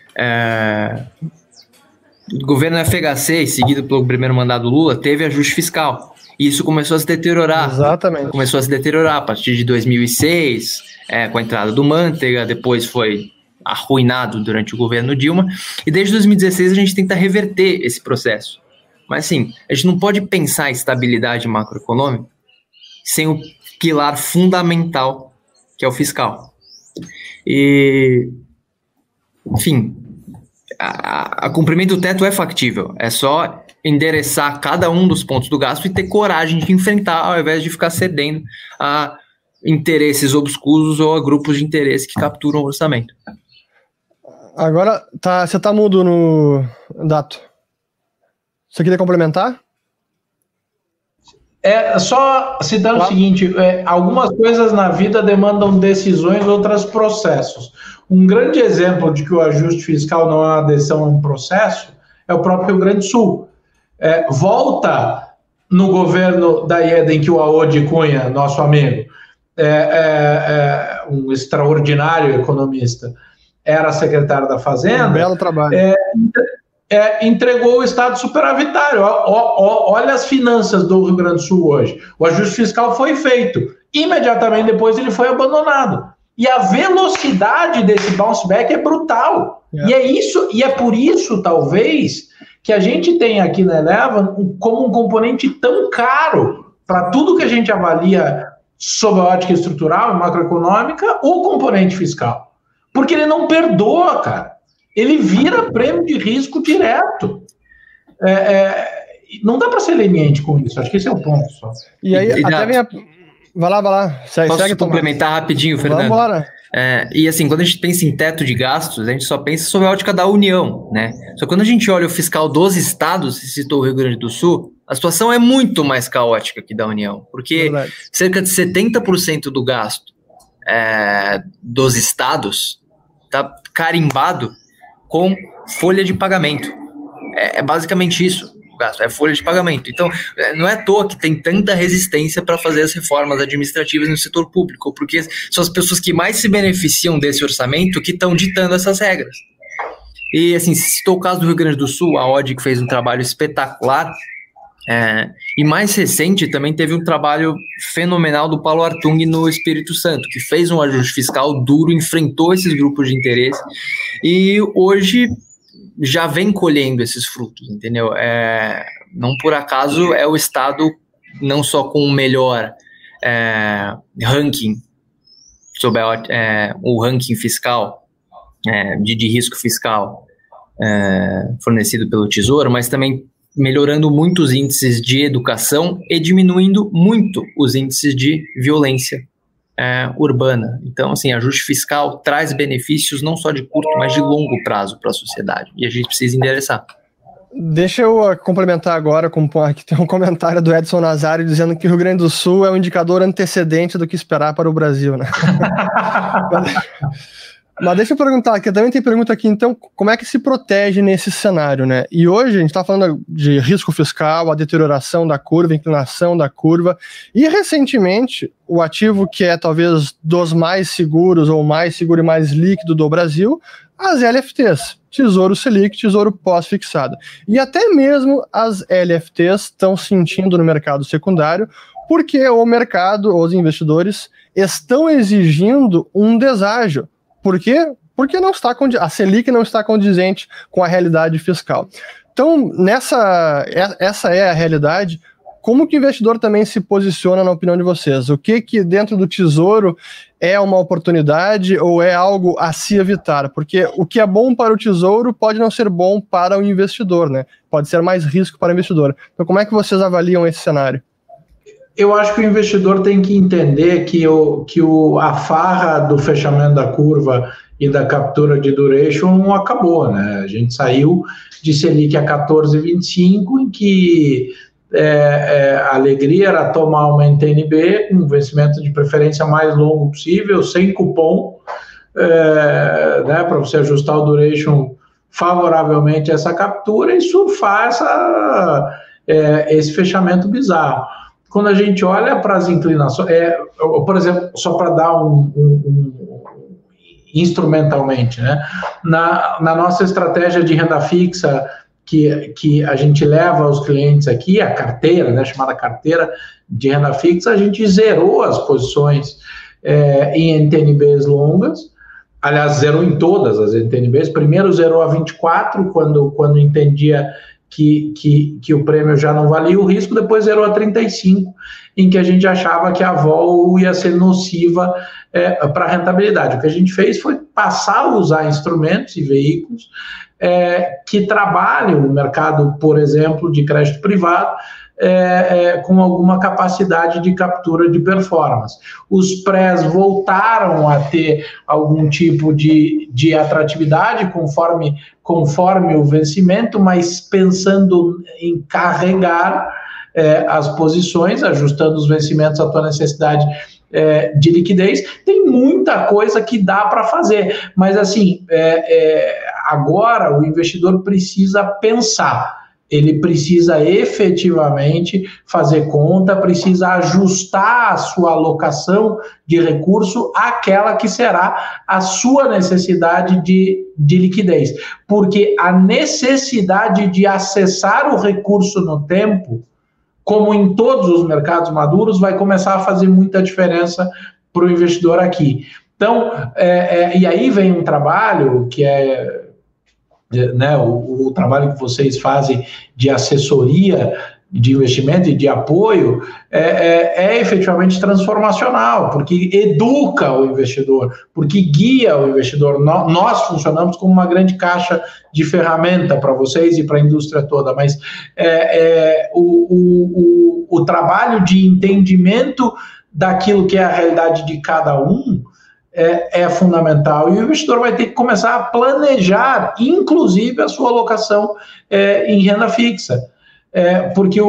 C: O governo FHC, seguido pelo primeiro mandato do Lula, teve ajuste fiscal. E isso começou a se deteriorar.
A: Exatamente.
C: Começou a se deteriorar a partir de 2006, com a entrada do Manteiga, depois foi arruinado durante o governo Dilma. E desde 2016 a gente tenta reverter esse processo. Mas assim, a gente não pode pensar em estabilidade macroeconômica sem o pilar fundamental, que é o fiscal. E, enfim, a cumprimento do teto é factível. É só endereçar cada um dos pontos do gasto e ter coragem de enfrentar, ao invés de ficar cedendo a interesses obscuros ou a grupos de interesse que capturam o orçamento.
A: Agora, você tá mudo no Dato. Você queria complementar?
B: Só citando o seguinte, algumas coisas na vida demandam decisões, outras processos. Um grande exemplo de que o ajuste fiscal não é uma decisão, é um processo, é o próprio Rio Grande do Sul. Volta no governo da IED, em que o Aode Cunha, nosso amigo, um extraordinário economista, era secretário da Fazenda.
A: Um belo trabalho.
B: Entregou o estado superavitário. Olha as finanças do Rio Grande do Sul hoje. O ajuste fiscal foi feito. Imediatamente depois ele foi abandonado. E a velocidade desse bounce back é brutal. E é por isso, talvez, que a gente tem aqui na Eleven como um componente tão caro para tudo que a gente avalia sob a ótica estrutural e macroeconômica, o componente fiscal. Porque ele não perdoa, cara. Ele vira prêmio de risco direto. Não dá para ser leniente com isso. Acho que esse é o ponto só.
A: E aí, até vem a... Vai lá.
C: Posso complementar rapidinho, Fernando?
A: Vamos embora.
C: E assim, quando a gente pensa em teto de gastos, a gente só pensa sobre a ótica da União, né? Só que quando a gente olha o fiscal dos estados, se citou o Rio Grande do Sul, a situação é muito mais caótica que da União, porque cerca de 70% do gasto dos estados está carimbado com folha de pagamento. É basicamente isso. É folha de pagamento. Então, não é à toa que tem tanta resistência para fazer as reformas administrativas no setor público, porque são as pessoas que mais se beneficiam desse orçamento que estão ditando essas regras. E, assim, se citou o caso do Rio Grande do Sul, a ODE que fez um trabalho espetacular, e mais recente também teve um trabalho fenomenal do Paulo Artung no Espírito Santo, que fez um ajuste fiscal duro, enfrentou esses grupos de interesse, e hoje já vem colhendo esses frutos, entendeu? Não por acaso é o estado não só com o melhor ranking sobre o ranking fiscal, de risco fiscal fornecido pelo Tesouro, mas também melhorando muito os índices de educação e diminuindo muito os índices de violência urbana. Então, assim, ajuste fiscal traz benefícios não só de curto, mas de longo prazo para a sociedade. E a gente precisa endereçar.
A: Deixa eu complementar agora com que tem um comentário do Edson Nazário dizendo que o Rio Grande do Sul é um indicador antecedente do que esperar para o Brasil, né? Mas deixa eu perguntar, aqui também tem pergunta aqui, então, como é que se protege nesse cenário, né? E hoje a gente está falando de risco fiscal, a deterioração da curva, a inclinação da curva, e recentemente o ativo que é talvez dos mais seguros, ou mais seguro e mais líquido do Brasil, as LFTs, Tesouro Selic, Tesouro pós-fixado. E até mesmo as LFTs estão sentindo no mercado secundário, porque o mercado, os investidores, estão exigindo um deságio. Por quê? Porque a Selic não está condizente com a realidade fiscal. Então, essa é a realidade. Como que o investidor também se posiciona na opinião de vocês? O que dentro do Tesouro é uma oportunidade ou é algo a se evitar? Porque o que é bom para o Tesouro pode não ser bom para o investidor, né? Pode ser mais risco para o investidor. Então, como é que vocês avaliam esse cenário?
B: Eu acho que o investidor tem que entender que a farra do fechamento da curva e da captura de duration acabou, né? A gente saiu de Selic a 14,25, em que a alegria era tomar uma NTNB com um vencimento de preferência mais longo possível, sem cupom, né, para você ajustar o duration favoravelmente a essa captura e surfar esse fechamento bizarro. Quando a gente olha para as inclinações, por exemplo, só para dar instrumentalmente, né? Na nossa estratégia de renda fixa que a gente leva aos clientes aqui, a carteira, né, chamada carteira de renda fixa, a gente zerou as posições em NTNBs longas, aliás, zerou em todas as NTNBs. Primeiro zerou a 24, quando entendia que o prêmio já não valia o risco, depois zerou a 35, em que a gente achava que a vol ia ser nociva para a rentabilidade. O que a gente fez foi passar a usar instrumentos e veículos que trabalham no mercado, por exemplo, de crédito privado, com alguma capacidade de captura de performance. Os prés voltaram a ter algum tipo de atratividade conforme o vencimento, mas pensando em carregar as posições, ajustando os vencimentos à tua necessidade de liquidez. Tem muita coisa que dá para fazer, mas assim, agora o investidor precisa pensar. Ele precisa efetivamente fazer conta, precisa ajustar a sua alocação de recurso àquela que será a sua necessidade de liquidez. Porque a necessidade de acessar o recurso no tempo, como em todos os mercados maduros, vai começar a fazer muita diferença para o investidor aqui. Então, e aí vem um trabalho que né, o trabalho que vocês fazem de assessoria de investimento e de apoio efetivamente transformacional, porque educa o investidor, porque guia o investidor. Nós funcionamos como uma grande caixa de ferramenta para vocês e para a indústria toda, mas o trabalho de entendimento daquilo que é a realidade de cada um é fundamental, e o investidor vai ter que começar a planejar, inclusive, a sua alocação em renda fixa. Porque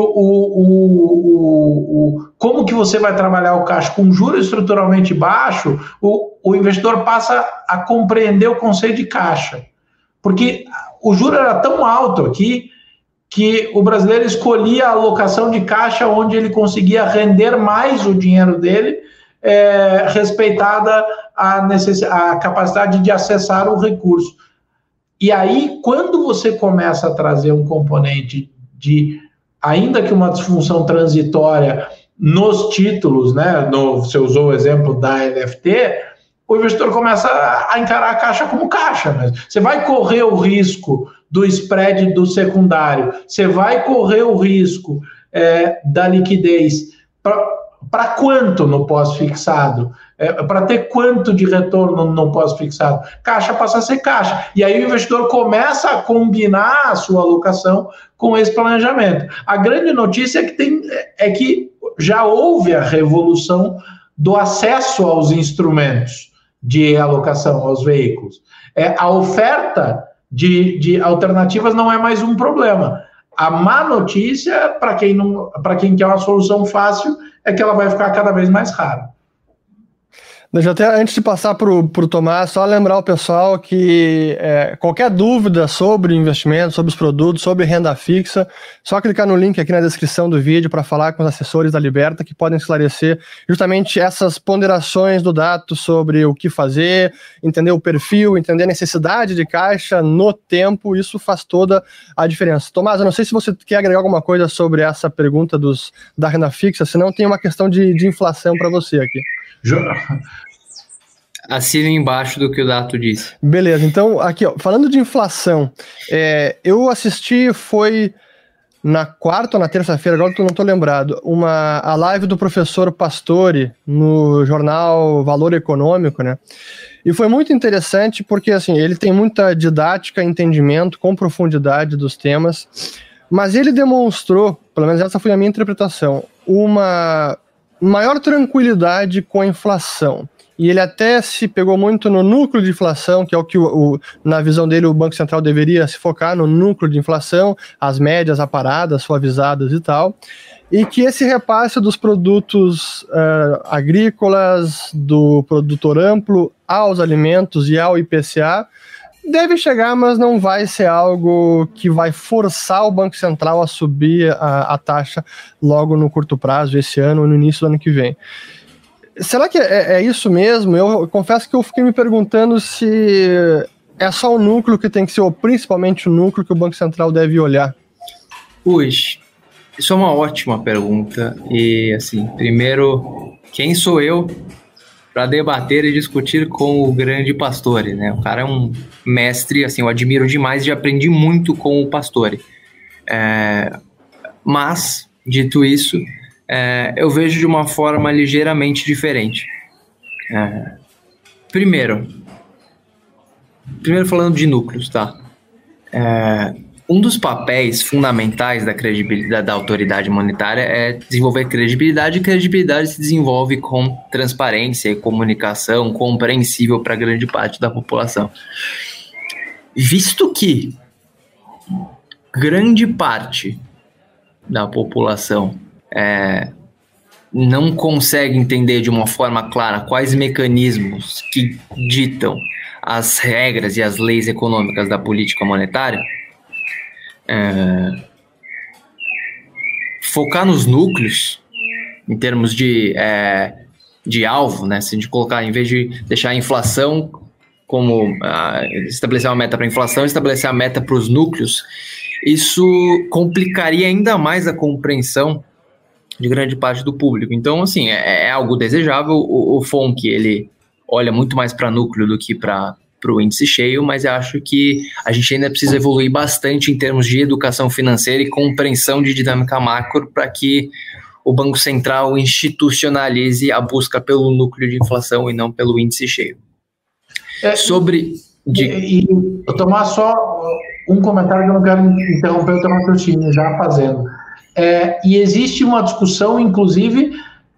B: como que você vai trabalhar o caixa com juros estruturalmente baixo, o investidor passa a compreender o conceito de caixa. Porque o juro era tão alto aqui que o brasileiro escolhia a alocação de caixa onde ele conseguia render mais o dinheiro dele, respeitada a capacidade de acessar o recurso. E aí, quando você começa a trazer um componente ainda que uma disfunção transitória nos títulos, né, você usou o exemplo da LFT, o investidor começa a encarar a caixa como caixa mesmo. Você vai correr o risco do spread do secundário, você vai correr o risco da liquidez para quanto no pós-fixado? Para ter quanto de retorno no pós-fixado? Caixa passa a ser caixa. E aí o investidor começa a combinar a sua alocação com esse planejamento. A grande notícia é que já houve a revolução do acesso aos instrumentos de alocação, aos veículos. A oferta de alternativas não é mais um problema. A má notícia, para quem quer uma solução fácil, é que ela vai ficar cada vez mais rara.
A: Até antes de passar para o Tomás, só lembrar o pessoal que qualquer dúvida sobre investimento, sobre os produtos, sobre renda fixa, só clicar no link aqui na descrição do vídeo para falar com os assessores da Liberta, que podem esclarecer justamente essas ponderações do Dato sobre o que fazer, entender o perfil, entender a necessidade de caixa no tempo. Isso faz toda a diferença. Tomás, eu não sei se você quer agregar alguma coisa sobre essa pergunta da renda fixa, senão tem uma questão de inflação para você aqui.
C: Assina embaixo do que o Dato disse.
A: Beleza, então aqui, ó, falando de inflação, eu assisti, foi na quarta ou na terça-feira, agora que eu não estou lembrado, a live do professor Pastore no jornal Valor Econômico, né? E foi muito interessante porque, assim, ele tem muita didática, entendimento, com profundidade dos temas, mas ele demonstrou, pelo menos essa foi a minha interpretação, uma maior tranquilidade com a inflação. E ele até se pegou muito no núcleo de inflação, que é o que, na visão dele, o Banco Central deveria se focar no núcleo de inflação, as médias aparadas, suavizadas e tal, e que esse repasse dos produtos agrícolas, do produtor amplo aos alimentos e ao IPCA deve chegar, mas não vai ser algo que vai forçar o Banco Central a subir a taxa logo no curto prazo, esse ano ou no início do ano que vem. Será que é isso mesmo? Eu confesso que eu fiquei me perguntando se é só o núcleo que tem que ser, ou principalmente o núcleo que o Banco Central deve olhar.
C: Isso é uma ótima pergunta. E, assim, primeiro, quem sou eu para debater e discutir com o grande Pastore, né? O cara é um mestre, assim, eu admiro demais e aprendi muito com o Pastore. Mas, dito isso, eu vejo de uma forma ligeiramente diferente. Primeiro falando de núcleos, tá? Um dos papéis fundamentais da credibilidade da autoridade monetária é desenvolver credibilidade, e credibilidade se desenvolve com transparência e comunicação compreensível para grande parte da população. Visto que grande parte da população não consegue entender de uma forma clara quais mecanismos que ditam as regras e as leis econômicas da política monetária, focar nos núcleos em termos de alvo, né? Se a gente colocar, em vez de deixar a inflação como estabelecer uma meta para a inflação, estabelecer a meta para os núcleos, isso complicaria ainda mais a compreensão de grande parte do público. Então, assim, é algo desejável. O FONC, ele olha muito mais para núcleo do que para o índice cheio, mas eu acho que a gente ainda precisa evoluir bastante em termos de educação financeira e compreensão de dinâmica macro para que o Banco Central institucionalize a busca pelo núcleo de inflação e não pelo índice cheio.
B: Tomar só um comentário que eu não quero interromper o teu raciocínio já fazendo. E existe uma discussão, inclusive,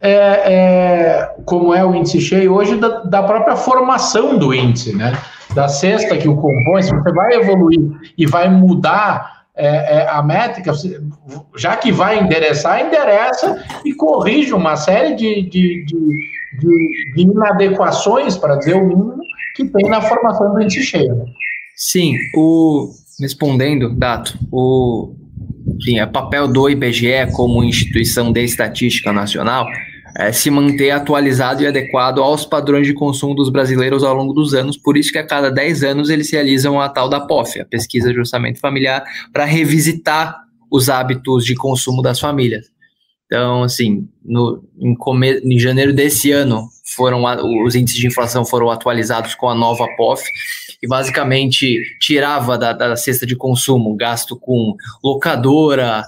B: como é o índice cheio hoje, da própria formação do índice, né? Da cesta que o compõe. Se você vai evoluir e vai mudar a métrica, já que vai endereça e corrige uma série de inadequações, para dizer o mínimo, que tem na formação do índice cheio. Né?
C: Sim, respondendo, Dato, é papel do IBGE como instituição de estatística nacional se manter atualizado e adequado aos padrões de consumo dos brasileiros ao longo dos anos. Por isso que a cada 10 anos eles realizam a tal da POF, a Pesquisa de Orçamento Familiar, para revisitar os hábitos de consumo das famílias. Então, assim, em janeiro desse ano, os índices de inflação foram atualizados com a nova POF, e basicamente tirava da cesta de consumo gasto com locadora,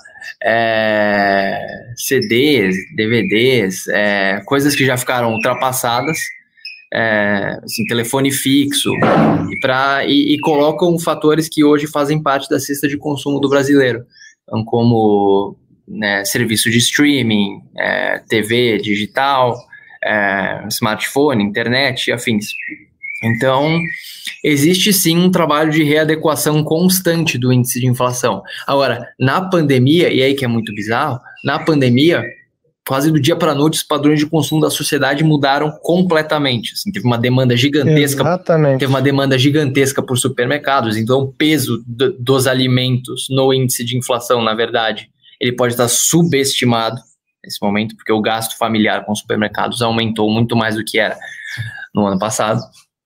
C: CDs, DVDs, coisas que já ficaram ultrapassadas, assim, telefone fixo, e colocam fatores que hoje fazem parte da cesta de consumo do brasileiro, então, como serviço de streaming, TV digital, smartphone, internet e afins. Então, existe sim um trabalho de readequação constante do índice de inflação. Agora, na pandemia, e aí que é muito bizarro, na pandemia, quase do dia para a noite, os padrões de consumo da sociedade mudaram completamente. Assim, teve uma demanda gigantesca.
A: Exatamente.
C: Teve uma demanda gigantesca por supermercados. Então, o peso dos alimentos no índice de inflação, na verdade, ele pode estar subestimado nesse momento, porque o gasto familiar com supermercados aumentou muito mais do que era no ano passado.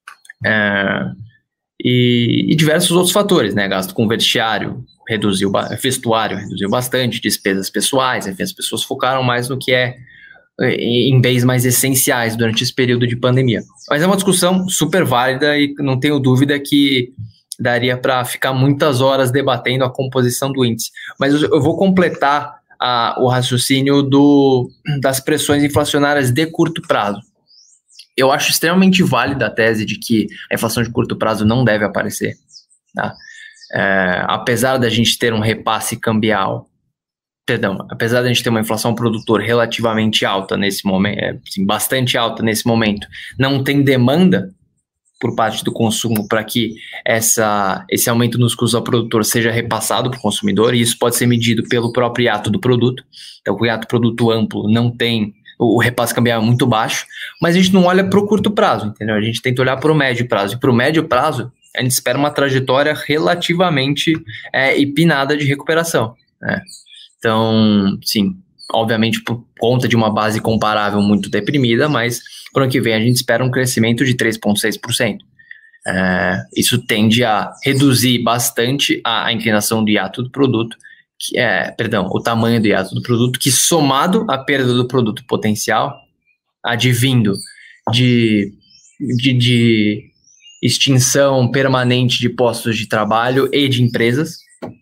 C: E diversos outros fatores, né? Gasto com vestuário reduziu bastante, despesas pessoais, enfim, as pessoas focaram mais no que em bens mais essenciais durante esse período de pandemia. Mas é uma discussão super válida e não tenho dúvida que daria para ficar muitas horas debatendo a composição do índice. Mas eu vou completar o raciocínio das pressões inflacionárias de curto prazo. Eu acho extremamente válida a tese de que a inflação de curto prazo não deve aparecer, tá? Apesar da gente ter um repasse cambial Perdão, apesar de a gente ter uma inflação produtor relativamente alta nesse momento, assim, bastante alta nesse momento, não tem demanda por parte do consumo para que esse aumento nos custos ao produtor seja repassado para o consumidor, e isso pode ser medido pelo próprio hiato do produto. Então, o hiato produto amplo não tem, o repasse cambial é muito baixo, mas a gente não olha para o curto prazo, entendeu? A gente tenta olhar para o médio prazo, e para o médio prazo, a gente espera uma trajetória relativamente empinada de recuperação, né? Então, sim, obviamente por conta de uma base comparável muito deprimida, mas para o ano que vem a gente espera um crescimento de 3,6%. Isso tende a reduzir bastante a inclinação do hiato do produto, o tamanho do hiato do produto, que somado à perda do produto potencial, advindo de extinção permanente de postos de trabalho e de empresas,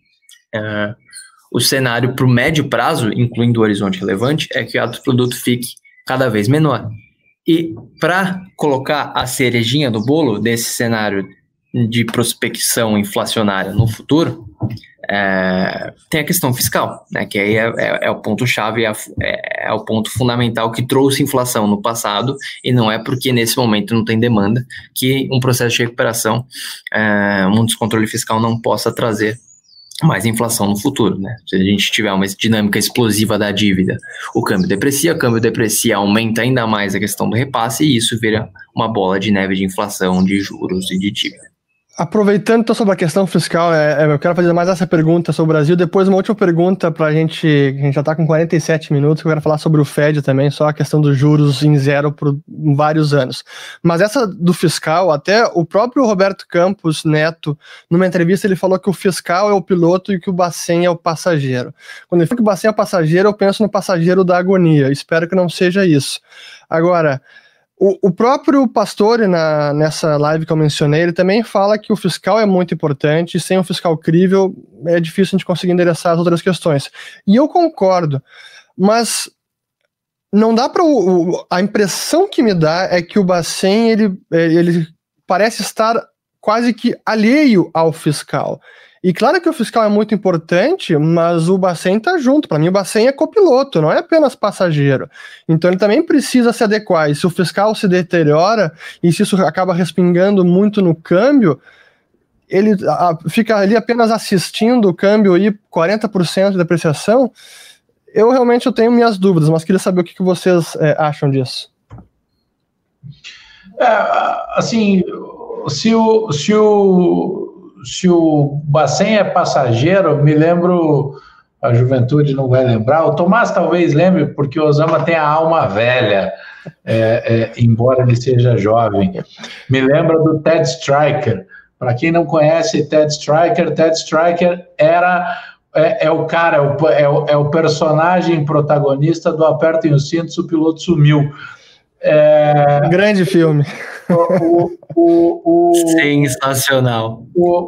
C: o cenário para o médio prazo, incluindo o horizonte relevante, é que o hiato do produto fique cada vez menor. E para colocar a cerejinha do bolo desse cenário de prospecção inflacionária no futuro, tem a questão fiscal, né, que aí é o ponto-chave, é o ponto fundamental que trouxe inflação no passado, e não é porque nesse momento não tem demanda que um processo de recuperação, um descontrole fiscal não possa trazer mais inflação no futuro, né? Se a gente tiver uma dinâmica explosiva da dívida, o câmbio deprecia, aumenta ainda mais a questão do repasse, e isso vira uma bola de neve de inflação, de juros e de dívida.
A: Aproveitando então sobre a questão fiscal, eu quero fazer mais essa pergunta sobre o Brasil, depois uma última pergunta para a gente já está com 47 minutos, que eu quero falar sobre o Fed também, só a questão dos juros em zero por vários anos. Mas essa do fiscal, até o próprio Roberto Campos Neto, numa entrevista, ele falou que o fiscal é o piloto e que o Bacen é o passageiro. Quando ele fala que o Bacen é o passageiro, eu penso no passageiro da agonia, espero que não seja isso. Agora, o próprio Pastore, nessa live que eu mencionei, ele também fala que o fiscal é muito importante, e sem um fiscal crível é difícil a gente conseguir endereçar as outras questões. E eu concordo, mas não dá para... A impressão que me dá é que o Bacen, ele parece estar quase que alheio ao fiscal. E claro que o fiscal é muito importante, mas o Bacen está junto. Para mim, o Bacen é copiloto, não é apenas passageiro. Então, ele também precisa se adequar. E se o fiscal se deteriora, e se isso acaba respingando muito no câmbio, ele fica ali apenas assistindo o câmbio ir 40% de depreciação. Eu realmente tenho minhas dúvidas, mas queria saber o que vocês acham disso.
B: Assim, se o Bacen é passageiro, me lembro, a juventude não vai lembrar, o Tomás talvez lembre, porque o Osama tem a alma velha, embora ele seja jovem. Me lembra do Ted Striker. Para quem não conhece Ted Striker é o cara, é o personagem protagonista do Apertem os Cintos, o Piloto Sumiu.
A: Grande filme.
C: Sensacional.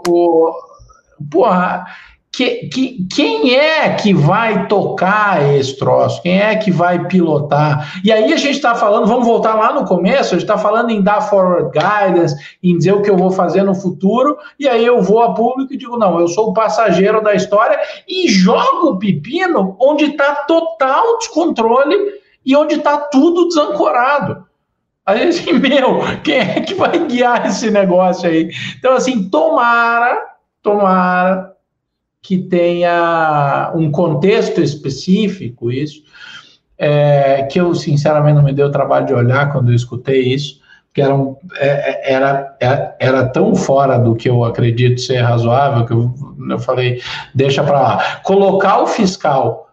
B: Porra, quem é que vai tocar esse troço? Quem é que vai pilotar? E aí a gente está falando, vamos voltar lá no começo, a gente está falando em dar forward guidance, em dizer o que eu vou fazer no futuro, e aí eu vou a público e digo, não, eu sou o passageiro da história, e jogo o pepino onde está total descontrole e onde está tudo desancorado. Aí, assim, quem é que vai guiar esse negócio aí? Então, assim, tomara que tenha um contexto específico isso, que eu, sinceramente, não me deu trabalho de olhar quando eu escutei isso, porque era tão fora do que eu acredito ser razoável, que eu falei, deixa para lá. Colocar o fiscal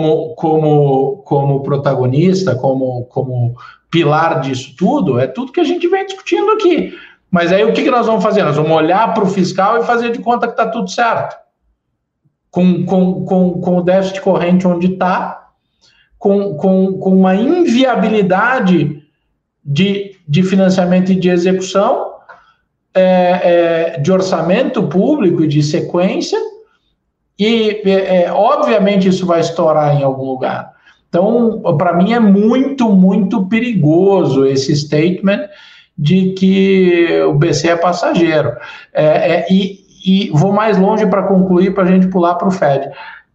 B: como protagonista, como pilar disso tudo, é tudo que a gente vem discutindo aqui. Mas aí o que nós vamos fazer? Nós vamos olhar para o fiscal e fazer de conta que está tudo certo. Com o déficit corrente onde está, com uma inviabilidade de financiamento e de execução, de orçamento público e de sequência, e obviamente isso vai estourar em algum lugar. Então, para mim é muito, muito perigoso esse statement de que o BC é passageiro. E vou mais longe para concluir, para a gente pular para o Fed.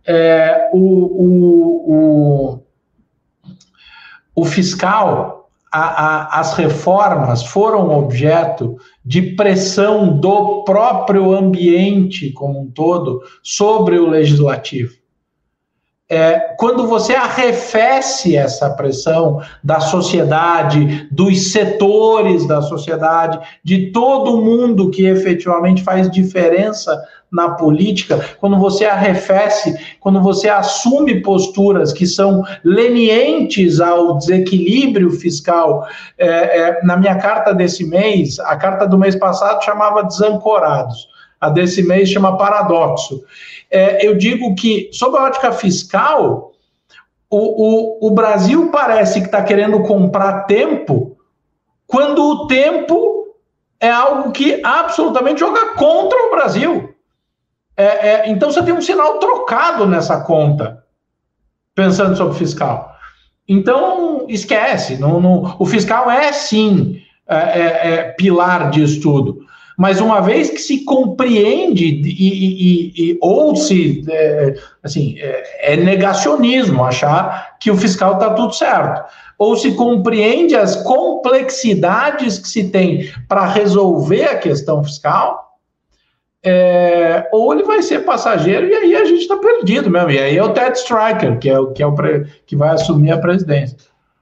B: o fiscal, as reformas foram objeto de pressão do próprio ambiente como um todo sobre o legislativo. Quando você arrefece essa pressão da sociedade, dos setores da sociedade, de todo mundo que efetivamente faz diferença na política, quando você arrefece, quando você assume posturas que são lenientes ao desequilíbrio fiscal, na minha carta desse mês, a carta do mês passado chamava Desancorados, a desse mês chama Paradoxo. Eu digo que, sob a ótica fiscal, o Brasil parece que está querendo comprar tempo, quando o tempo é algo que absolutamente joga contra o Brasil. Então você tem um sinal trocado nessa conta, pensando sobre o fiscal. Então, esquece. O fiscal é, sim, pilar disso tudo. Mas uma vez que se compreende ou se, é negacionismo achar que o fiscal está tudo certo, ou se compreende as complexidades que se tem para resolver a questão fiscal, ou ele vai ser passageiro e aí a gente está perdido mesmo. E aí é o Ted Stryker, que vai assumir a presidência.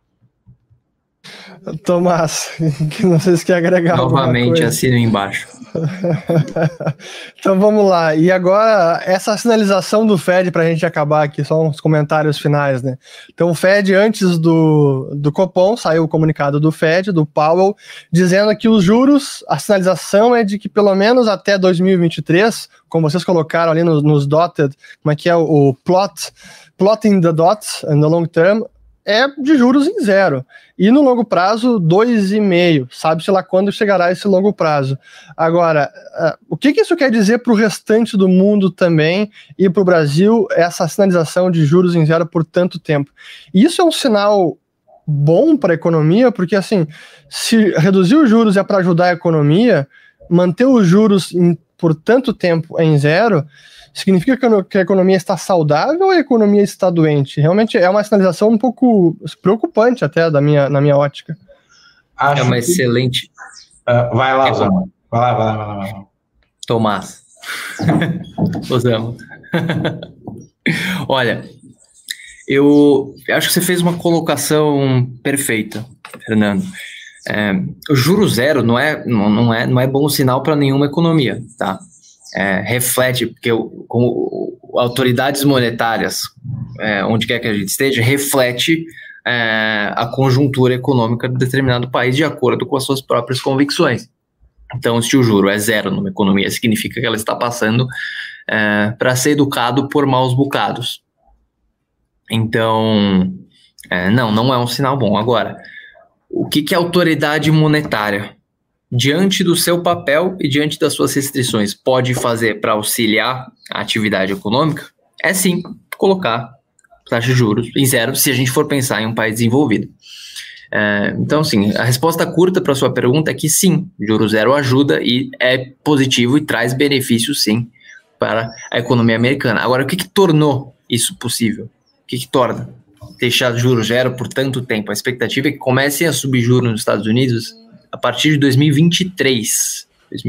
A: Tomás, que não sei se quer agregar
C: novamente assino embaixo.
A: Então vamos lá, e agora essa sinalização do Fed para a gente acabar aqui, só uns comentários finais, né? Então o Fed, antes do Copom, saiu o comunicado do Fed, do Powell, dizendo que os juros, a sinalização é de que pelo menos até 2023, como vocês colocaram ali nos dotted, como é que é o plotting the dots in the long term, é de juros em zero. E no longo prazo, 2,5. Sabe-se lá quando chegará esse longo prazo. Agora, o que isso quer dizer para o restante do mundo também e para o Brasil, essa sinalização de juros em zero por tanto tempo? Isso é um sinal bom para a economia, porque assim, se reduzir os juros é para ajudar a economia, manter os juros por tanto tempo em zero, significa que a economia está saudável ou a economia está doente? Realmente é uma sinalização um pouco preocupante até na minha ótica.
C: É uma excelente...
B: Vai lá, Osama. Vai lá.
C: Tomás. Osama. Olha, eu acho que você fez uma colocação perfeita, Fernando. O juro zero não é bom sinal para nenhuma economia, tá? Reflete, porque como autoridades monetárias, onde quer que a gente esteja, reflete a conjuntura econômica de determinado país de acordo com as suas próprias convicções. Então, se o juro é zero numa economia, significa que ela está passando para ser educado por maus bocados. Então, não é um sinal bom. Agora, o que a autoridade monetária, diante do seu papel e diante das suas restrições, pode fazer para auxiliar a atividade econômica? É sim, colocar taxa de juros em zero, se a gente for pensar em um país desenvolvido. Então, sim, a resposta curta para a sua pergunta é que sim, juro zero ajuda e é positivo e traz benefícios, sim, para a economia americana. Agora, o que tornou isso possível? O que torna deixar juros zero por tanto tempo? A expectativa é que comecem a subir juros nos Estados Unidos a partir de 2023.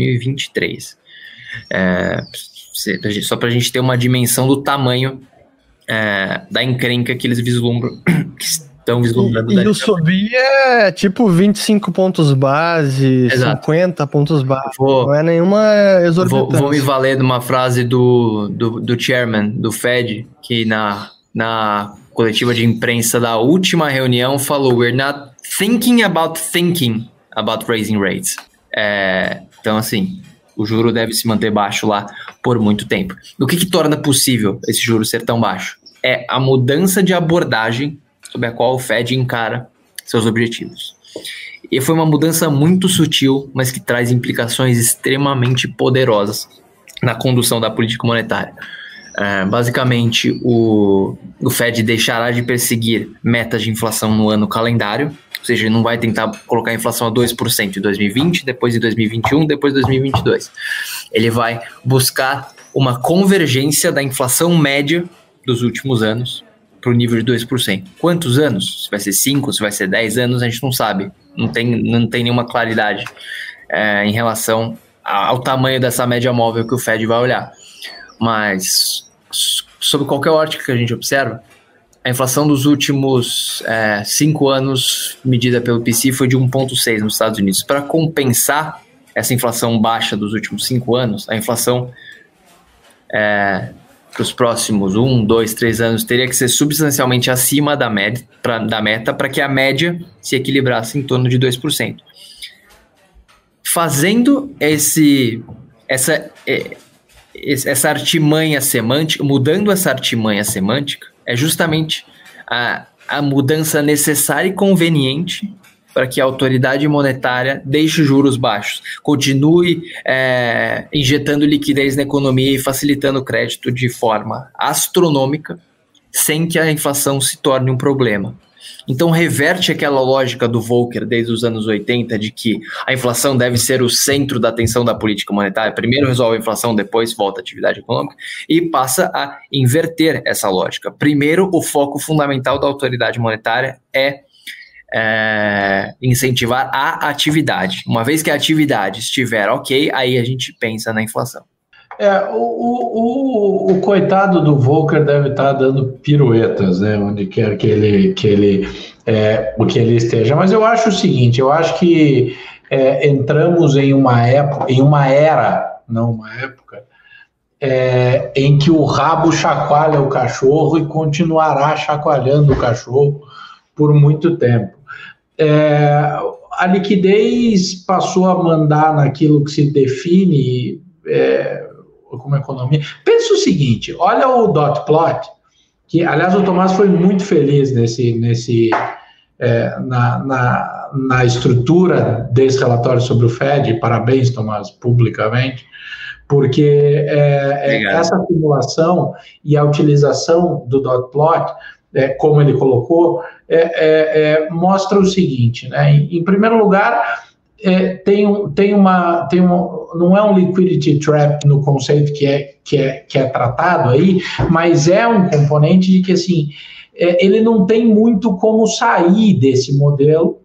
C: Só para a gente ter uma dimensão do tamanho da encrenca que eles vislumbram, que estão vislumbrando.
A: E o subir é tipo 25 pontos base, exato. 50 pontos base, não é nenhuma exorbitância.
C: Vou me valer de uma frase do chairman do Fed, que na coletiva de imprensa da última reunião falou: "We're not thinking about raising rates." Então, assim, o juro deve se manter baixo lá por muito tempo. O que torna possível esse juro ser tão baixo? É a mudança de abordagem sobre a qual o Fed encara seus objetivos. E foi uma mudança muito sutil, mas que traz implicações extremamente poderosas na condução da política monetária. Basicamente, o Fed deixará de perseguir metas de inflação no ano calendário, ou seja, ele não vai tentar colocar a inflação a 2% em 2020, depois em 2021, depois em 2022. Ele vai buscar uma convergência da inflação média dos últimos anos para o nível de 2%. Quantos anos? Se vai ser 5, se vai ser 10 anos, a gente não sabe. Não tem nenhuma claridade em relação ao tamanho dessa média móvel que o Fed vai olhar. Mas, sob qualquer ótica que a gente observa, a inflação dos últimos 5 anos, medida pelo PCI, foi de 1,6 nos Estados Unidos. Para compensar essa inflação baixa dos últimos 5 anos, a inflação para os próximos 1, 2, 3 anos teria que ser substancialmente acima da meta para que a média se equilibrasse em torno de 2%. Fazendo essa artimanha semântica, mudando essa artimanha semântica, é justamente a mudança necessária e conveniente para que a autoridade monetária deixe juros baixos, continue injetando liquidez na economia e facilitando o crédito de forma astronômica, sem que a inflação se torne um problema. Então reverte aquela lógica do Volcker desde os anos 80 de que a inflação deve ser o centro da atenção da política monetária. Primeiro resolve a inflação, depois volta à atividade econômica, e passa a inverter essa lógica. Primeiro, o foco fundamental da autoridade monetária é incentivar a atividade. Uma vez que a atividade estiver ok, aí a gente pensa na inflação.
B: O coitado do Volcker deve estar dando piruetas, né, onde quer que ele esteja. Mas eu acho o seguinte, eu acho que entramos em uma era, não uma época, em que o rabo chacoalha o cachorro e continuará chacoalhando o cachorro por muito tempo. A liquidez passou a mandar naquilo que se define como economia. Pensa o seguinte, olha o dot plot, que aliás o Tomás foi muito feliz na estrutura desse relatório sobre o Fed, parabéns, Tomás, publicamente, porque essa simulação e a utilização do dot plot, como ele colocou, mostra o seguinte, né? Em primeiro lugar, não é um liquidity trap no conceito que é tratado aí, mas é um componente de que assim, ele não tem muito como sair desse modelo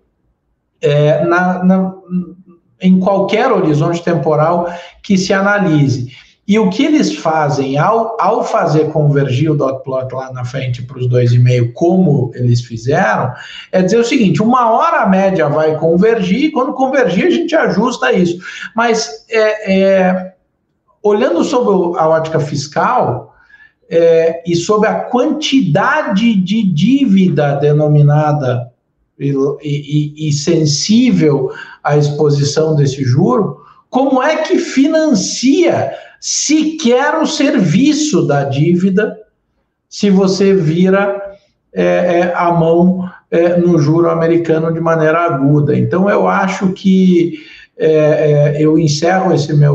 B: em qualquer horizonte temporal que se analise. E o que eles fazem ao fazer convergir o dot plot lá na frente para os 2,5, como eles fizeram, é dizer o seguinte, uma hora a média vai convergir, e quando convergir a gente ajusta isso. Mas olhando sobre a ótica fiscal e sobre a quantidade de dívida denominada e sensível à exposição desse juro, como é que financia sequer o serviço da dívida se você vira a mão no juro americano de maneira aguda? Então, eu acho que eu encerro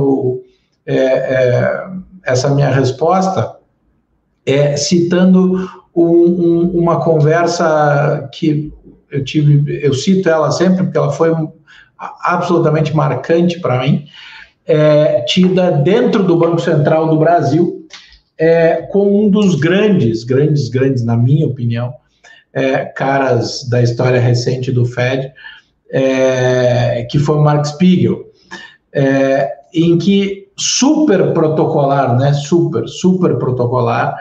B: essa minha resposta citando uma conversa que eu cito ela sempre, porque ela foi absolutamente marcante para mim, tida dentro do Banco Central do Brasil, com um dos grandes, na minha opinião, caras da história recente do Fed, que foi o Mark Spiegel, em que super protocolar, né, super protocolar,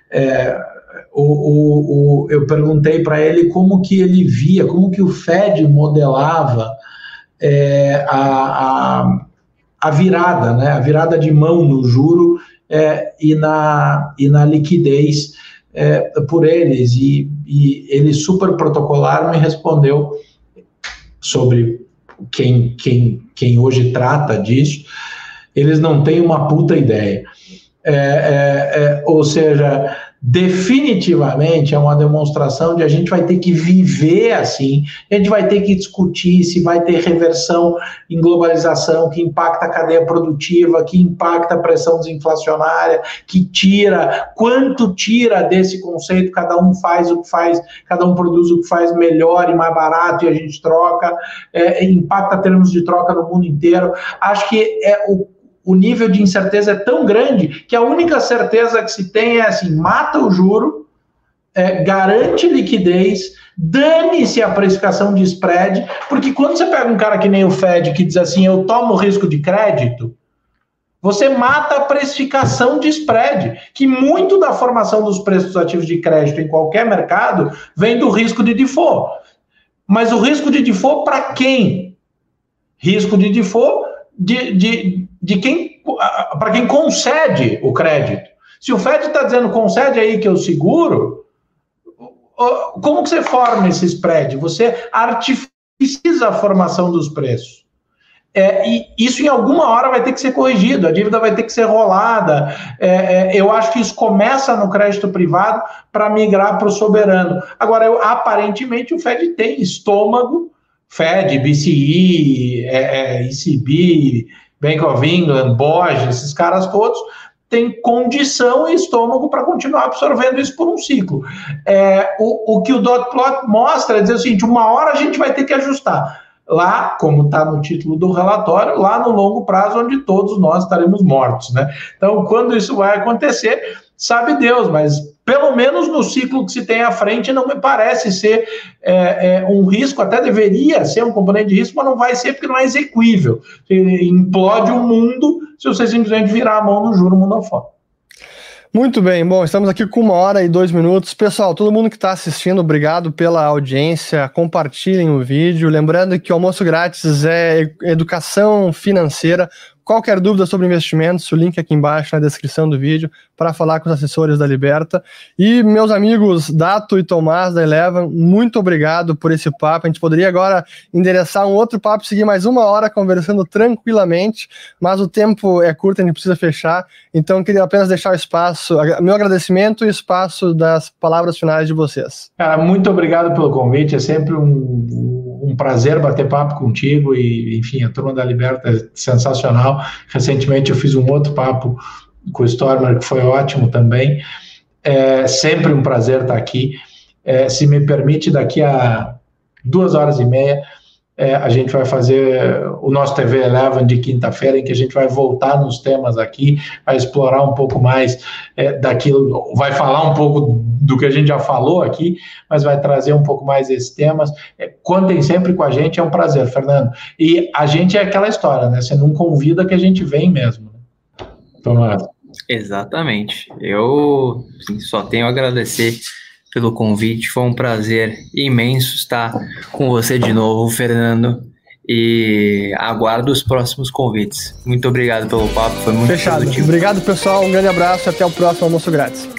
B: eu perguntei para ele como que ele via, como que o Fed modelava a virada, né, a virada de mão no juro e na liquidez por eles, e ele super protocolar me respondeu sobre quem hoje trata disso, eles não têm uma puta ideia. Ou seja, definitivamente é uma demonstração de a gente vai ter que viver assim, a gente vai ter que discutir se vai ter reversão em globalização que impacta a cadeia produtiva, que impacta a pressão desinflacionária, quanto tira desse conceito, cada um faz o que faz, cada um produz o que faz melhor e mais barato e a gente troca, impacta termos de troca no mundo inteiro. Acho que o nível de incerteza é tão grande que a única certeza que se tem é assim, mata o juro, garante liquidez, dane-se a precificação de spread, porque quando você pega um cara que nem o Fed que diz assim, eu tomo risco de crédito, você mata a precificação de spread, que muito da formação dos preços dos ativos de crédito em qualquer mercado vem do risco de default. Mas o risco de default para quem? Risco de default para quem concede o crédito. Se o Fed está dizendo concede aí que eu seguro, como que você forma esse spread? Você artificializa a formação dos preços. E isso em alguma hora vai ter que ser corrigido, a dívida vai ter que ser rolada. Eu acho que isso começa no crédito privado para migrar para o soberano. Agora, aparentemente, o Fed tem estômago, Fed, BCE, ECB, Bank of England, BOJ, esses caras todos, tem condição e estômago para continuar absorvendo isso por um ciclo. O que o dot plot mostra é dizer o seguinte, uma hora a gente vai ter que ajustar. Lá, como está no título do relatório, lá no longo prazo, onde todos nós estaremos mortos, né? Então, quando isso vai acontecer, sabe Deus, mas pelo menos no ciclo que se tem à frente, não me parece ser um risco, até deveria ser um componente de risco, mas não vai ser porque não é exequível. Implode o mundo se você simplesmente virar a mão no juro mundo afora.
A: Muito bem, bom, estamos aqui com 1h02. Pessoal, todo mundo que está assistindo, obrigado pela audiência, compartilhem o vídeo, lembrando que o Almoço Grátis é educação financeira. Qualquer dúvida sobre investimentos, o link aqui embaixo na descrição do vídeo para falar com os assessores da Liberta. E meus amigos Dato e Tomás da Eleven, muito obrigado por esse papo. A gente poderia agora endereçar um outro papo, seguir mais 1 hora conversando tranquilamente, mas o tempo é curto, a gente precisa fechar. Então, queria apenas deixar o espaço, meu agradecimento e espaço das palavras finais de vocês.
B: Cara, muito obrigado pelo convite, é sempre um prazer bater papo contigo e, enfim, a turma da Liberta é sensacional. Recentemente eu fiz um outro papo com o Stormer que foi ótimo também. É sempre um prazer estar aqui. Se me permite, daqui a 2h30 a gente vai fazer o nosso TV Eleven de quinta-feira, em que a gente vai voltar nos temas aqui, vai explorar um pouco mais daquilo, vai falar um pouco do que a gente já falou aqui, mas vai trazer um pouco mais esses temas. Contem sempre com a gente, é um prazer, Fernando. E a gente é aquela história, né? Você não convida que a gente vem mesmo. Tomás.
C: Exatamente. Eu só tenho a agradecer pelo convite, foi um prazer imenso estar com você de novo, Fernando, e aguardo os próximos convites. Muito obrigado pelo papo, foi muito
A: fechado. Produtivo. Obrigado, pessoal, um grande abraço e até o próximo Almoço Grátis.